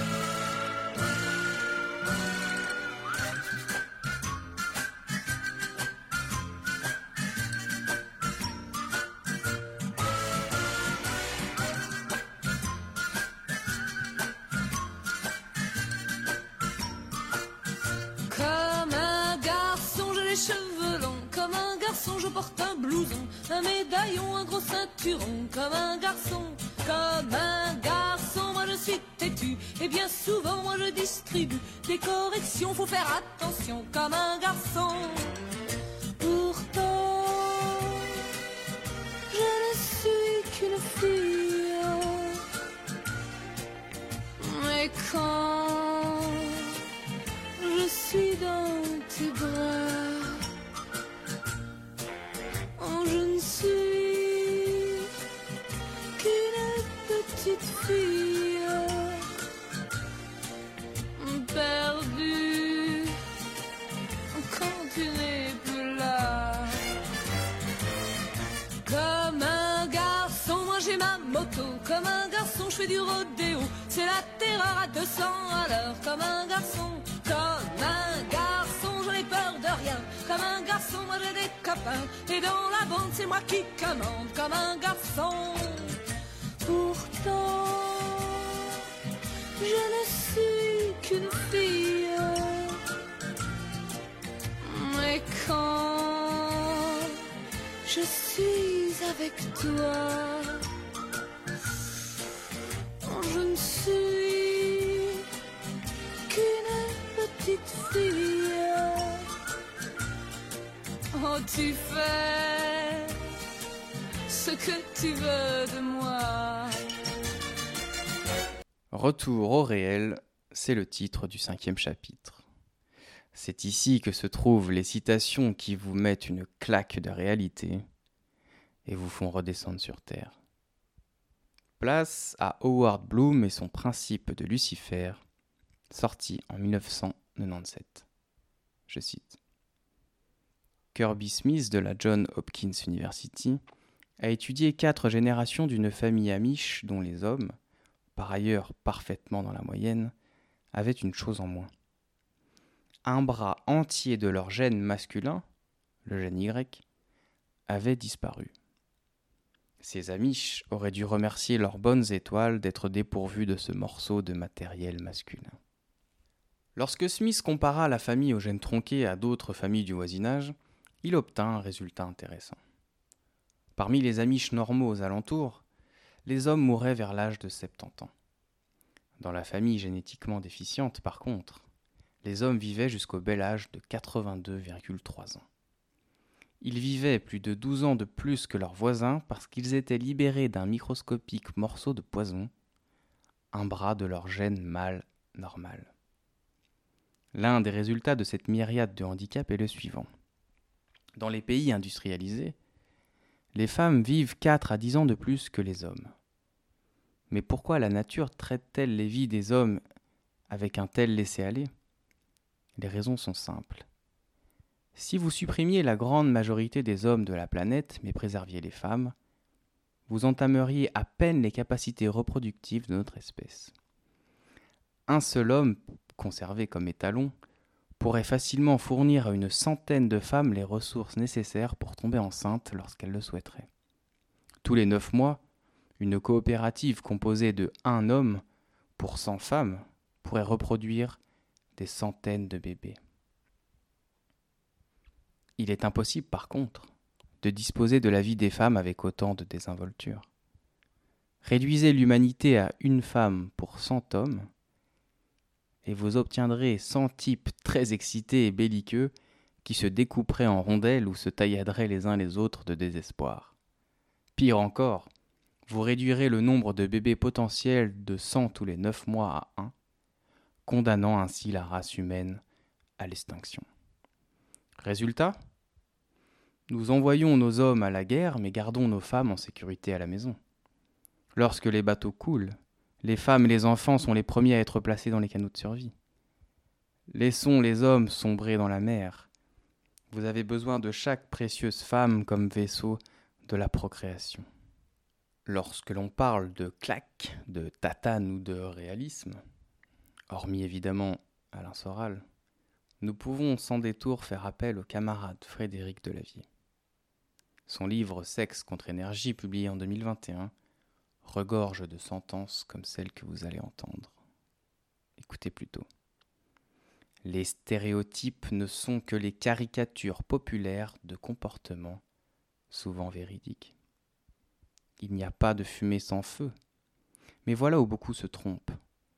Speaker 16: Un médaillon, un gros ceinturon, comme un garçon, comme un garçon, moi je suis têtu, et bien souvent moi je distribue des corrections, faut faire attention comme un garçon. Pourtant, je ne suis qu'une fille. Mais quand je suis dans tes bras, oh, je ne suis qu'une petite fille perdue quand tu n'es plus là. Comme un garçon, moi j'ai ma moto. Comme un garçon, je fais du rodéo. C'est la terreur à deux cents à l'heure. Comme un garçon, comme un garçon, je n'ai peur de rien. Comme un garçon, moi j'ai des copains. Et dans la bande, c'est moi qui commande. Comme un garçon. Pourtant, je ne suis qu'une fille. Mais quand je suis avec toi, je ne suis qu'une petite fille. Oh, tu fais ce que tu veux de moi.
Speaker 1: Retour au réel, c'est le titre du cinquième chapitre. C'est ici que se trouvent les citations qui vous mettent une claque de réalité et vous font redescendre sur terre. Place à Howard Bloom et son Principe de Lucifer, sorti en dix-neuf cent quatre-vingt-dix-sept. Je cite. Kirby Smith de la Johns Hopkins University a étudié quatre générations d'une famille amish dont les hommes, par ailleurs parfaitement dans la moyenne, avaient une chose en moins. Un bras entier de leur gène masculin, le gène Y, avait disparu. Ces Amish auraient dû remercier leurs bonnes étoiles d'être dépourvus de ce morceau de matériel masculin. Lorsque Smith compara la famille au gène tronqué à d'autres familles du voisinage, il obtint un résultat intéressant. Parmi les Amish normaux aux alentours, les hommes mouraient vers l'âge de soixante-dix ans. Dans la famille génétiquement déficiente, par contre, les hommes vivaient jusqu'au bel âge de quatre-vingt-deux virgule trois ans. Ils vivaient plus de douze ans de plus que leurs voisins parce qu'ils étaient libérés d'un microscopique morceau de poison, un bras de leur gène mâle normal. L'un des résultats de cette myriade de handicaps est le suivant. Dans les pays industrialisés, les femmes vivent quatre à dix ans de plus que les hommes. Mais pourquoi la nature traite-t-elle les vies des hommes avec un tel laisser-aller ? Les raisons sont simples. Si vous supprimiez la grande majorité des hommes de la planète, mais préserviez les femmes, vous entameriez à peine les capacités reproductives de notre espèce. Un seul homme, conservé comme étalon, pourrait facilement fournir à une centaine de femmes les ressources nécessaires pour tomber enceinte lorsqu'elles le souhaiteraient. Tous les neuf mois, une coopérative composée de un homme pour cent femmes pourrait reproduire des centaines de bébés. Il est impossible, par contre, de disposer de la vie des femmes avec autant de désinvolture. Réduisez l'humanité à une femme pour cent hommes, et vous obtiendrez cent types très excités et belliqueux qui se découperaient en rondelles ou se tailladeraient les uns les autres de désespoir. Pire encore, vous réduirez le nombre de bébés potentiels de cent tous les neuf mois à un, condamnant ainsi la race humaine à l'extinction. Résultat ? Nous envoyons nos hommes à la guerre, mais gardons nos femmes en sécurité à la maison. Lorsque les bateaux coulent, les femmes et les enfants sont les premiers à être placés dans les canots de survie. Laissons les hommes sombrer dans la mer. Vous avez besoin de chaque précieuse femme comme vaisseau de la procréation. Lorsque l'on parle de claque, de tatane ou de réalisme, hormis évidemment Alain Soral, nous pouvons sans détour faire appel au camarade Frédéric Delavier. Son livre « Sexe contre énergie » publié en deux mille vingt et un regorge de sentences comme celles que vous allez entendre. Écoutez plutôt. Les stéréotypes ne sont que les caricatures populaires de comportements souvent véridiques. Il n'y a pas de fumée sans feu. Mais voilà où beaucoup se trompent.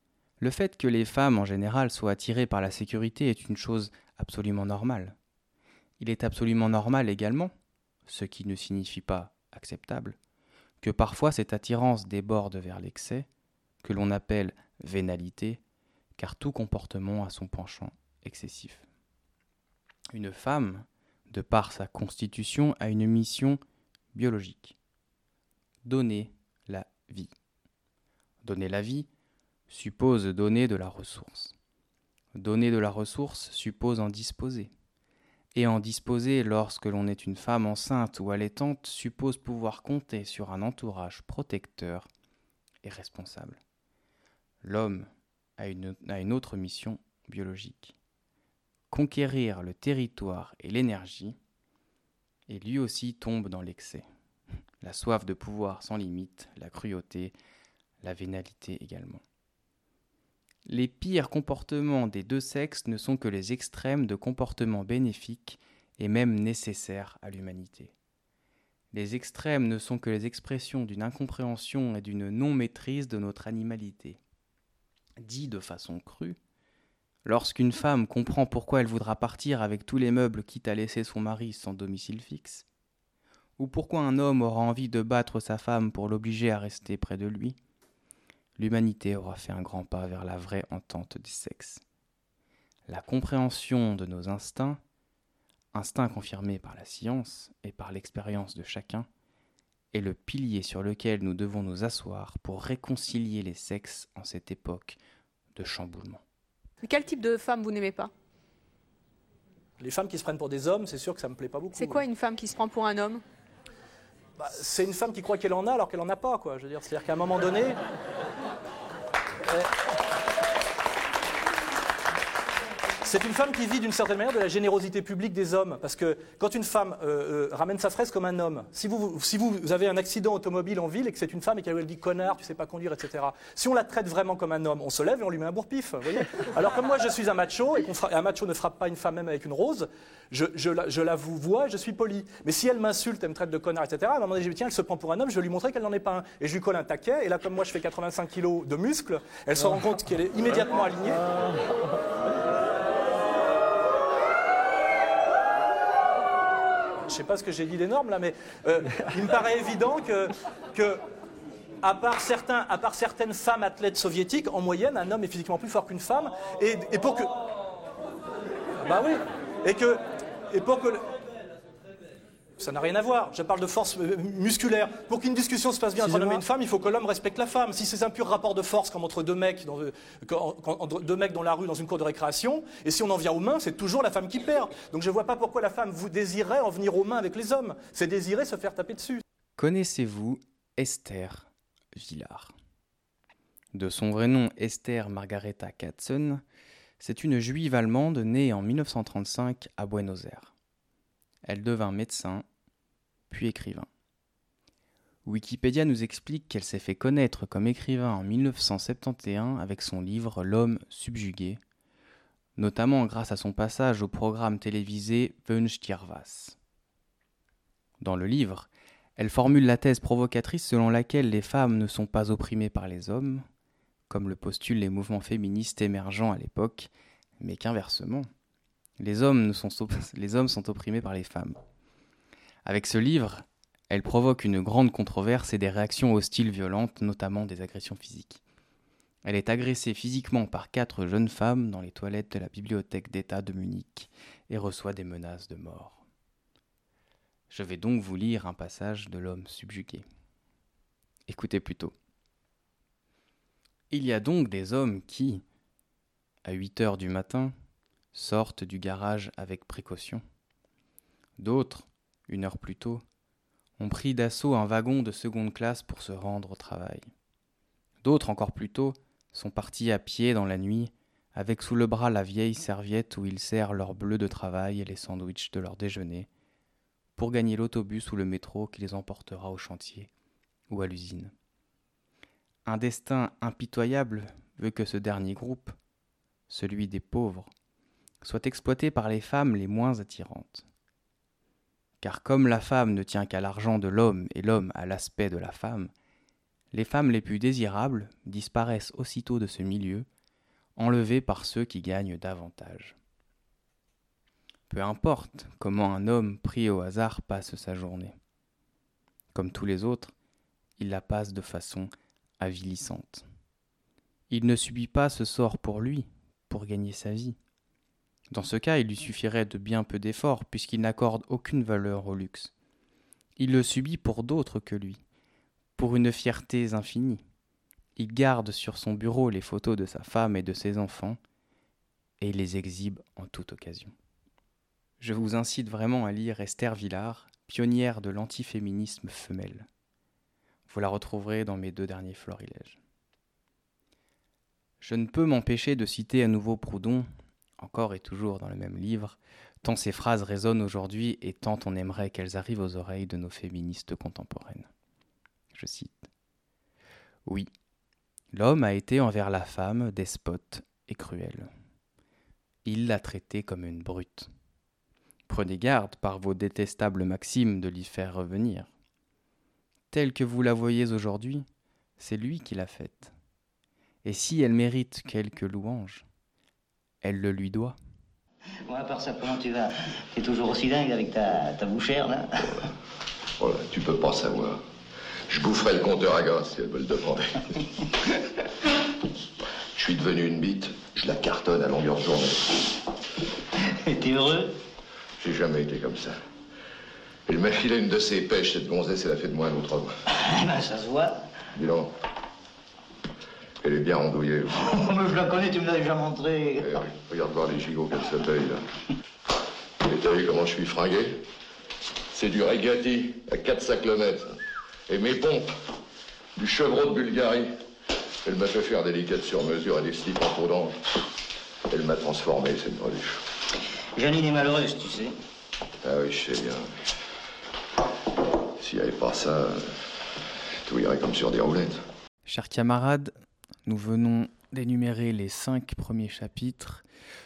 Speaker 1: Le fait que les femmes en général soient attirées par la sécurité est une chose absolument normale. Il est absolument normal également, ce qui ne signifie pas acceptable, que parfois cette attirance déborde vers l'excès, que l'on appelle vénalité, car tout comportement a son penchant excessif. Une femme, de par sa constitution, a une mission biologique. Donner la vie. Donner la vie suppose donner de la ressource. Donner de la ressource suppose en disposer. Et en disposer lorsque l'on est une femme enceinte ou allaitante suppose pouvoir compter sur un entourage protecteur et responsable. L'homme a une, a une autre mission biologique. Conquérir le territoire et l'énergie, et lui aussi tombe dans l'excès. La soif de pouvoir sans limite, la cruauté, la vénalité également. Les pires comportements des deux sexes ne sont que les extrêmes de comportements bénéfiques et même nécessaires à l'humanité. Les extrêmes ne sont que les expressions d'une incompréhension et d'une non-maîtrise de notre animalité. Dit de façon crue, lorsqu'une femme comprend pourquoi elle voudra partir avec tous les meubles quitte à laisser son mari sans domicile fixe, ou pourquoi un homme aura envie de battre sa femme pour l'obliger à rester près de lui, l'humanité aura fait un grand pas vers la vraie entente des sexes. La compréhension de nos instincts, instincts confirmés par la science et par l'expérience de chacun, est le pilier sur lequel nous devons nous asseoir pour réconcilier les sexes en cette époque de chamboulement.
Speaker 14: Quel type de femme vous n'aimez pas?
Speaker 2: Les femmes qui se prennent pour des hommes, c'est sûr que ça me plaît pas beaucoup.
Speaker 14: C'est quoi une femme qui se prend pour un homme?
Speaker 2: Bah, c'est une femme qui croit qu'elle en a alors qu'elle en a pas, quoi. Je veux dire, c'est-à-dire qu'à un moment donné, c'est une femme qui vit d'une certaine manière de la générosité publique des hommes. Parce que quand une femme euh, euh, ramène sa fraise comme un homme, si vous, si vous avez un accident automobile en ville et que c'est une femme et qu'elle dit connard, tu sais pas conduire, et cetera. Si on la traite vraiment comme un homme, on se lève et on lui met un bourre-pif. Vous voyez. Alors comme moi je suis un macho et qu'un macho ne frappe pas une femme même avec une rose, je, je, la, je la vous vois et je suis poli. Mais si elle m'insulte, elle me traite de connard, et cetera. À un moment donné, je dis tiens, elle se prend pour un homme, je vais lui montrer qu'elle n'en est pas un. Et je lui colle un taquet. Et là, comme moi je fais quatre-vingt-cinq kilos de muscles, elle se rend compte qu'elle est immédiatement alignée. Je ne sais pas ce que j'ai dit d'énorme là, mais euh, il me paraît évident que, que à, part certains, à part certaines femmes athlètes soviétiques, en moyenne, un homme est physiquement plus fort qu'une femme. Et, et pour que. Bah oui. Et que. Et pour que. Ça n'a rien à voir. Je parle de force musculaire. Pour qu'une discussion se passe bien entre un homme et une femme, il faut que l'homme respecte la femme. Si c'est un pur rapport de force comme entre deux mecs, dans, quand, quand, deux mecs dans la rue, dans une cour de récréation, et si on en vient aux mains, c'est toujours la femme qui perd. Donc je ne vois pas pourquoi la femme vous désirerait en venir aux mains avec les hommes. C'est désirer se faire taper dessus.
Speaker 1: Connaissez-vous Esther Vilar? De son vrai nom Esther Margareta Katzen, c'est une juive allemande née en mille neuf cent trente-cinq à Buenos Aires. Elle devint médecin, puis écrivain. Wikipédia nous explique qu'elle s'est fait connaître comme écrivain en mille neuf cent soixante et onze avec son livre L'homme subjugué, notamment grâce à son passage au programme télévisé Wünsch dir was. Dans le livre, elle formule la thèse provocatrice selon laquelle les femmes ne sont pas opprimées par les hommes, comme le postulent les mouvements féministes émergents à l'époque, mais qu'inversement, les hommes, ne sont, les hommes sont opprimés par les femmes. Avec ce livre, elle provoque une grande controverse et des réactions hostiles violentes, notamment des agressions physiques. Elle est agressée physiquement par quatre jeunes femmes dans les toilettes de la bibliothèque d'État de Munich et reçoit des menaces de mort. Je vais donc vous lire un passage de L'homme subjugué. Écoutez plutôt. Il y a donc des hommes qui, à huit heures du matin, sortent du garage avec précaution. D'autres, une heure plus tôt, ont pris d'assaut un wagon de seconde classe pour se rendre au travail. D'autres, encore plus tôt, sont partis à pied dans la nuit, avec sous le bras la vieille serviette où ils serrent leur bleu de travail et les sandwichs de leur déjeuner, pour gagner l'autobus ou le métro qui les emportera au chantier ou à l'usine. Un destin impitoyable veut que ce dernier groupe, celui des pauvres, soit exploité par les femmes les moins attirantes. Car comme la femme ne tient qu'à l'argent de l'homme et l'homme à l'aspect de la femme, les femmes les plus désirables disparaissent aussitôt de ce milieu enlevés par ceux qui gagnent davantage. Peu importe comment un homme pris au hasard passe sa journée. Comme tous les autres, il la passe de façon avilissante. Il ne subit pas ce sort pour lui, pour gagner sa vie. Dans ce cas, il lui suffirait de bien peu d'efforts, puisqu'il n'accorde aucune valeur au luxe. Il le subit pour d'autres que lui, pour une fierté infinie. Il garde sur son bureau les photos de sa femme et de ses enfants, et il les exhibe en toute occasion. Je vous incite vraiment à lire Esther Vilar, pionnière de l'antiféminisme femelle. Vous la retrouverez dans mes deux derniers florilèges. Je ne peux m'empêcher de citer à nouveau Proudhon, encore et toujours dans le même livre, tant ces phrases résonnent aujourd'hui et tant on aimerait qu'elles arrivent aux oreilles de nos féministes contemporaines. Je cite. « Oui, l'homme a été envers la femme despote et cruel. Il l'a traitée comme une brute. Prenez garde par vos détestables maximes de l'y faire revenir. Telle que vous la voyez aujourd'hui, c'est lui qui l'a faite. Et si elle mérite quelques louanges, elle le lui doit. »
Speaker 17: Bon, à part ça, comment tu vas? T'es toujours aussi dingue avec ta, ta bouchère, là?
Speaker 10: Oh là, tu peux pas savoir. Je boufferai le compteur à gaz si elle veut le demander. Je suis devenu une bite, je la cartonne à longueur de journée.
Speaker 17: Et t'es heureux?
Speaker 10: J'ai jamais été comme ça. Elle m'a filé une de ses pêches, cette gonzesse, elle a fait de moi un autre homme.
Speaker 17: Eh ben, ça se voit.
Speaker 10: Dis donc. Elle est bien rondouillée aussi.
Speaker 17: Oh, mais je la connais, tu me l'as déjà montré.
Speaker 10: Eh, regarde voir les gigots qu'elle se paye, là. Et t'as vu comment je suis fringué? C'est du Regatti, à quatre sacs le mètre. Et mes pompes, du chevreau de Bulgarie. Elle m'a fait faire des liquettes sur mesure et des slips en peau d'ange. Elle m'a transformé, cette greluche.
Speaker 17: Janine est malheureuse, tu sais.
Speaker 10: Ah oui, je sais bien. S'il n'y avait pas ça, tout irait comme sur des roulettes.
Speaker 1: Chers camarades, nous venons d'énumérer les cinq premiers chapitres.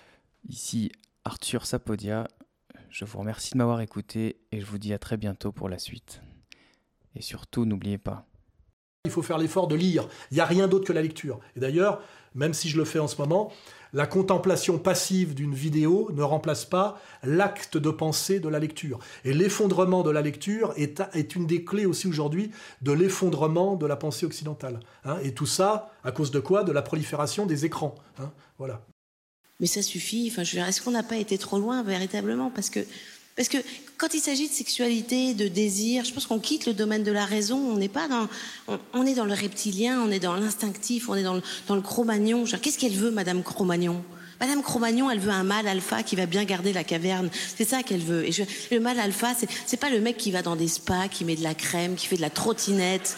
Speaker 1: Ici, Arthur Sapodia. Je vous remercie de m'avoir écouté et je vous dis à très bientôt pour la suite. Et surtout, n'oubliez pas.
Speaker 7: Il faut faire l'effort de lire. Il n'y a rien d'autre que la lecture. Et d'ailleurs, même si je le fais en ce moment, la contemplation passive d'une vidéo ne remplace pas l'acte de pensée de la lecture. Et l'effondrement de la lecture est, est une des clés aussi aujourd'hui de l'effondrement de la pensée occidentale. Hein, et tout ça, à cause de quoi? De la prolifération des écrans. Hein, voilà.
Speaker 18: Mais ça suffit. Enfin, je veux dire, est-ce qu'on n'a pas été trop loin véritablement? Parce que, parce que quand il s'agit de sexualité, de désir, je pense qu'on quitte le domaine de la raison. On n'est pas dans, on, on est dans le reptilien, on est dans l'instinctif, on est dans le, dans le Cro-Magnon. Genre, qu'est-ce qu'elle veut, Madame Cro-Magnon? Madame Cro-Magnon, elle veut un mâle alpha qui va bien garder la caverne. C'est ça qu'elle veut. Et je, le mâle alpha, c'est, c'est pas le mec qui va dans des spas, qui met de la crème, qui fait de la trottinette,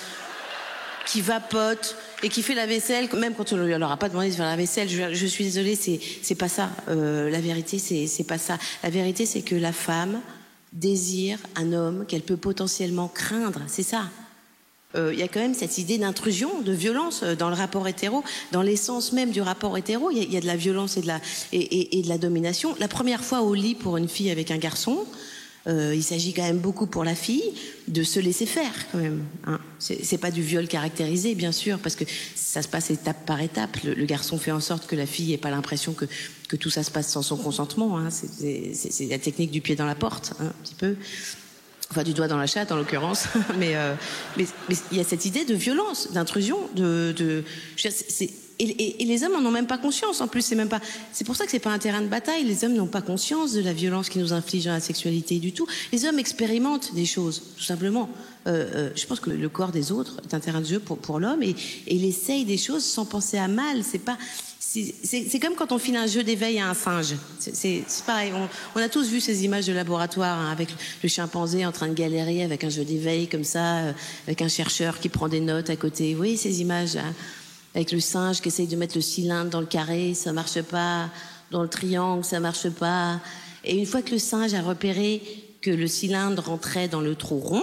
Speaker 18: qui vapote et qui fait la vaisselle, même quand on ne leur a pas demandé de faire la vaisselle. Je, je suis désolée, c'est, c'est pas ça. Euh, la vérité, c'est, c'est pas ça. La vérité, c'est que la femme désire un homme qu'elle peut potentiellement craindre. C'est ça. Il euh, y a quand même cette idée d'intrusion, de violence dans le rapport hétéro, dans l'essence même du rapport hétéro. Il y, y a de la violence et de la, et, et, et de la domination. La première fois au lit pour une fille avec un garçon, Euh, il s'agit quand même beaucoup pour la fille de se laisser faire quand même. Hein. C'est, c'est pas du viol caractérisé, bien sûr, parce que ça se passe étape par étape. Le, le garçon fait en sorte que la fille ait pas l'impression que, que tout ça se passe sans son consentement. Hein. C'est, c'est, c'est la technique du pied dans la porte, hein, un petit peu. Enfin, du doigt dans la chatte, en l'occurrence. mais, euh, mais, mais il y a cette idée de violence, d'intrusion, de, de c'est, c'est, Et, et, et les hommes n'en ont même pas conscience. En plus, c'est même pas. C'est pour ça que c'est pas un terrain de bataille. Les hommes n'ont pas conscience de la violence qui nous inflige dans la sexualité du tout. Les hommes expérimentent des choses, tout simplement. Euh, euh, je pense que le corps des autres est un terrain de jeu pour pour l'homme et, et il essaye des choses sans penser à mal. C'est pas. C'est, c'est, c'est comme quand on file un jeu d'éveil à un singe. C'est, c'est, c'est pareil. On, on a tous vu ces images de laboratoire hein, avec le chimpanzé en train de galérer avec un jeu d'éveil comme ça, euh, avec un chercheur qui prend des notes à côté. Oui, ces images. Hein, avec le singe qui essaye de mettre le cylindre dans le carré, ça marche pas. Dans le triangle, ça marche pas. Et une fois que le singe a repéré que le cylindre rentrait dans le trou rond,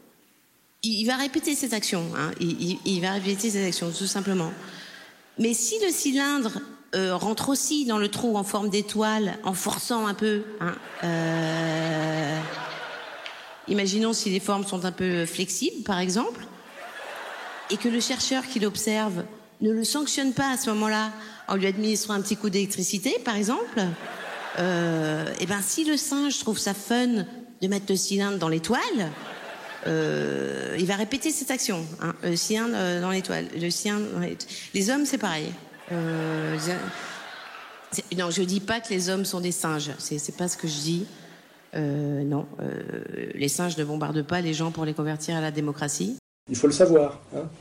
Speaker 18: il, il va répéter cette action. Hein. Il, il, il va répéter cette action, tout simplement. Mais si le cylindre euh, rentre aussi dans le trou en forme d'étoile, en forçant un peu, hein, euh, imaginons si les formes sont un peu flexibles, par exemple, et que le chercheur qui l'observe ne le sanctionne pas à ce moment-là, en lui administrant un petit coup d'électricité, par exemple, euh, et ben si le singe trouve ça fun de mettre le cylindre dans l'étoile, euh, il va répéter cette action, hein, le cylindre euh, dans l'étoile, le cylindre dans l'étoile. Les hommes, c'est pareil. Euh, c'est, non, je dis pas que les hommes sont des singes, c'est, c'est pas ce que je dis. Euh, non, euh, les singes ne bombardent pas les gens pour les convertir à la démocratie.
Speaker 7: Il faut le savoir, hein.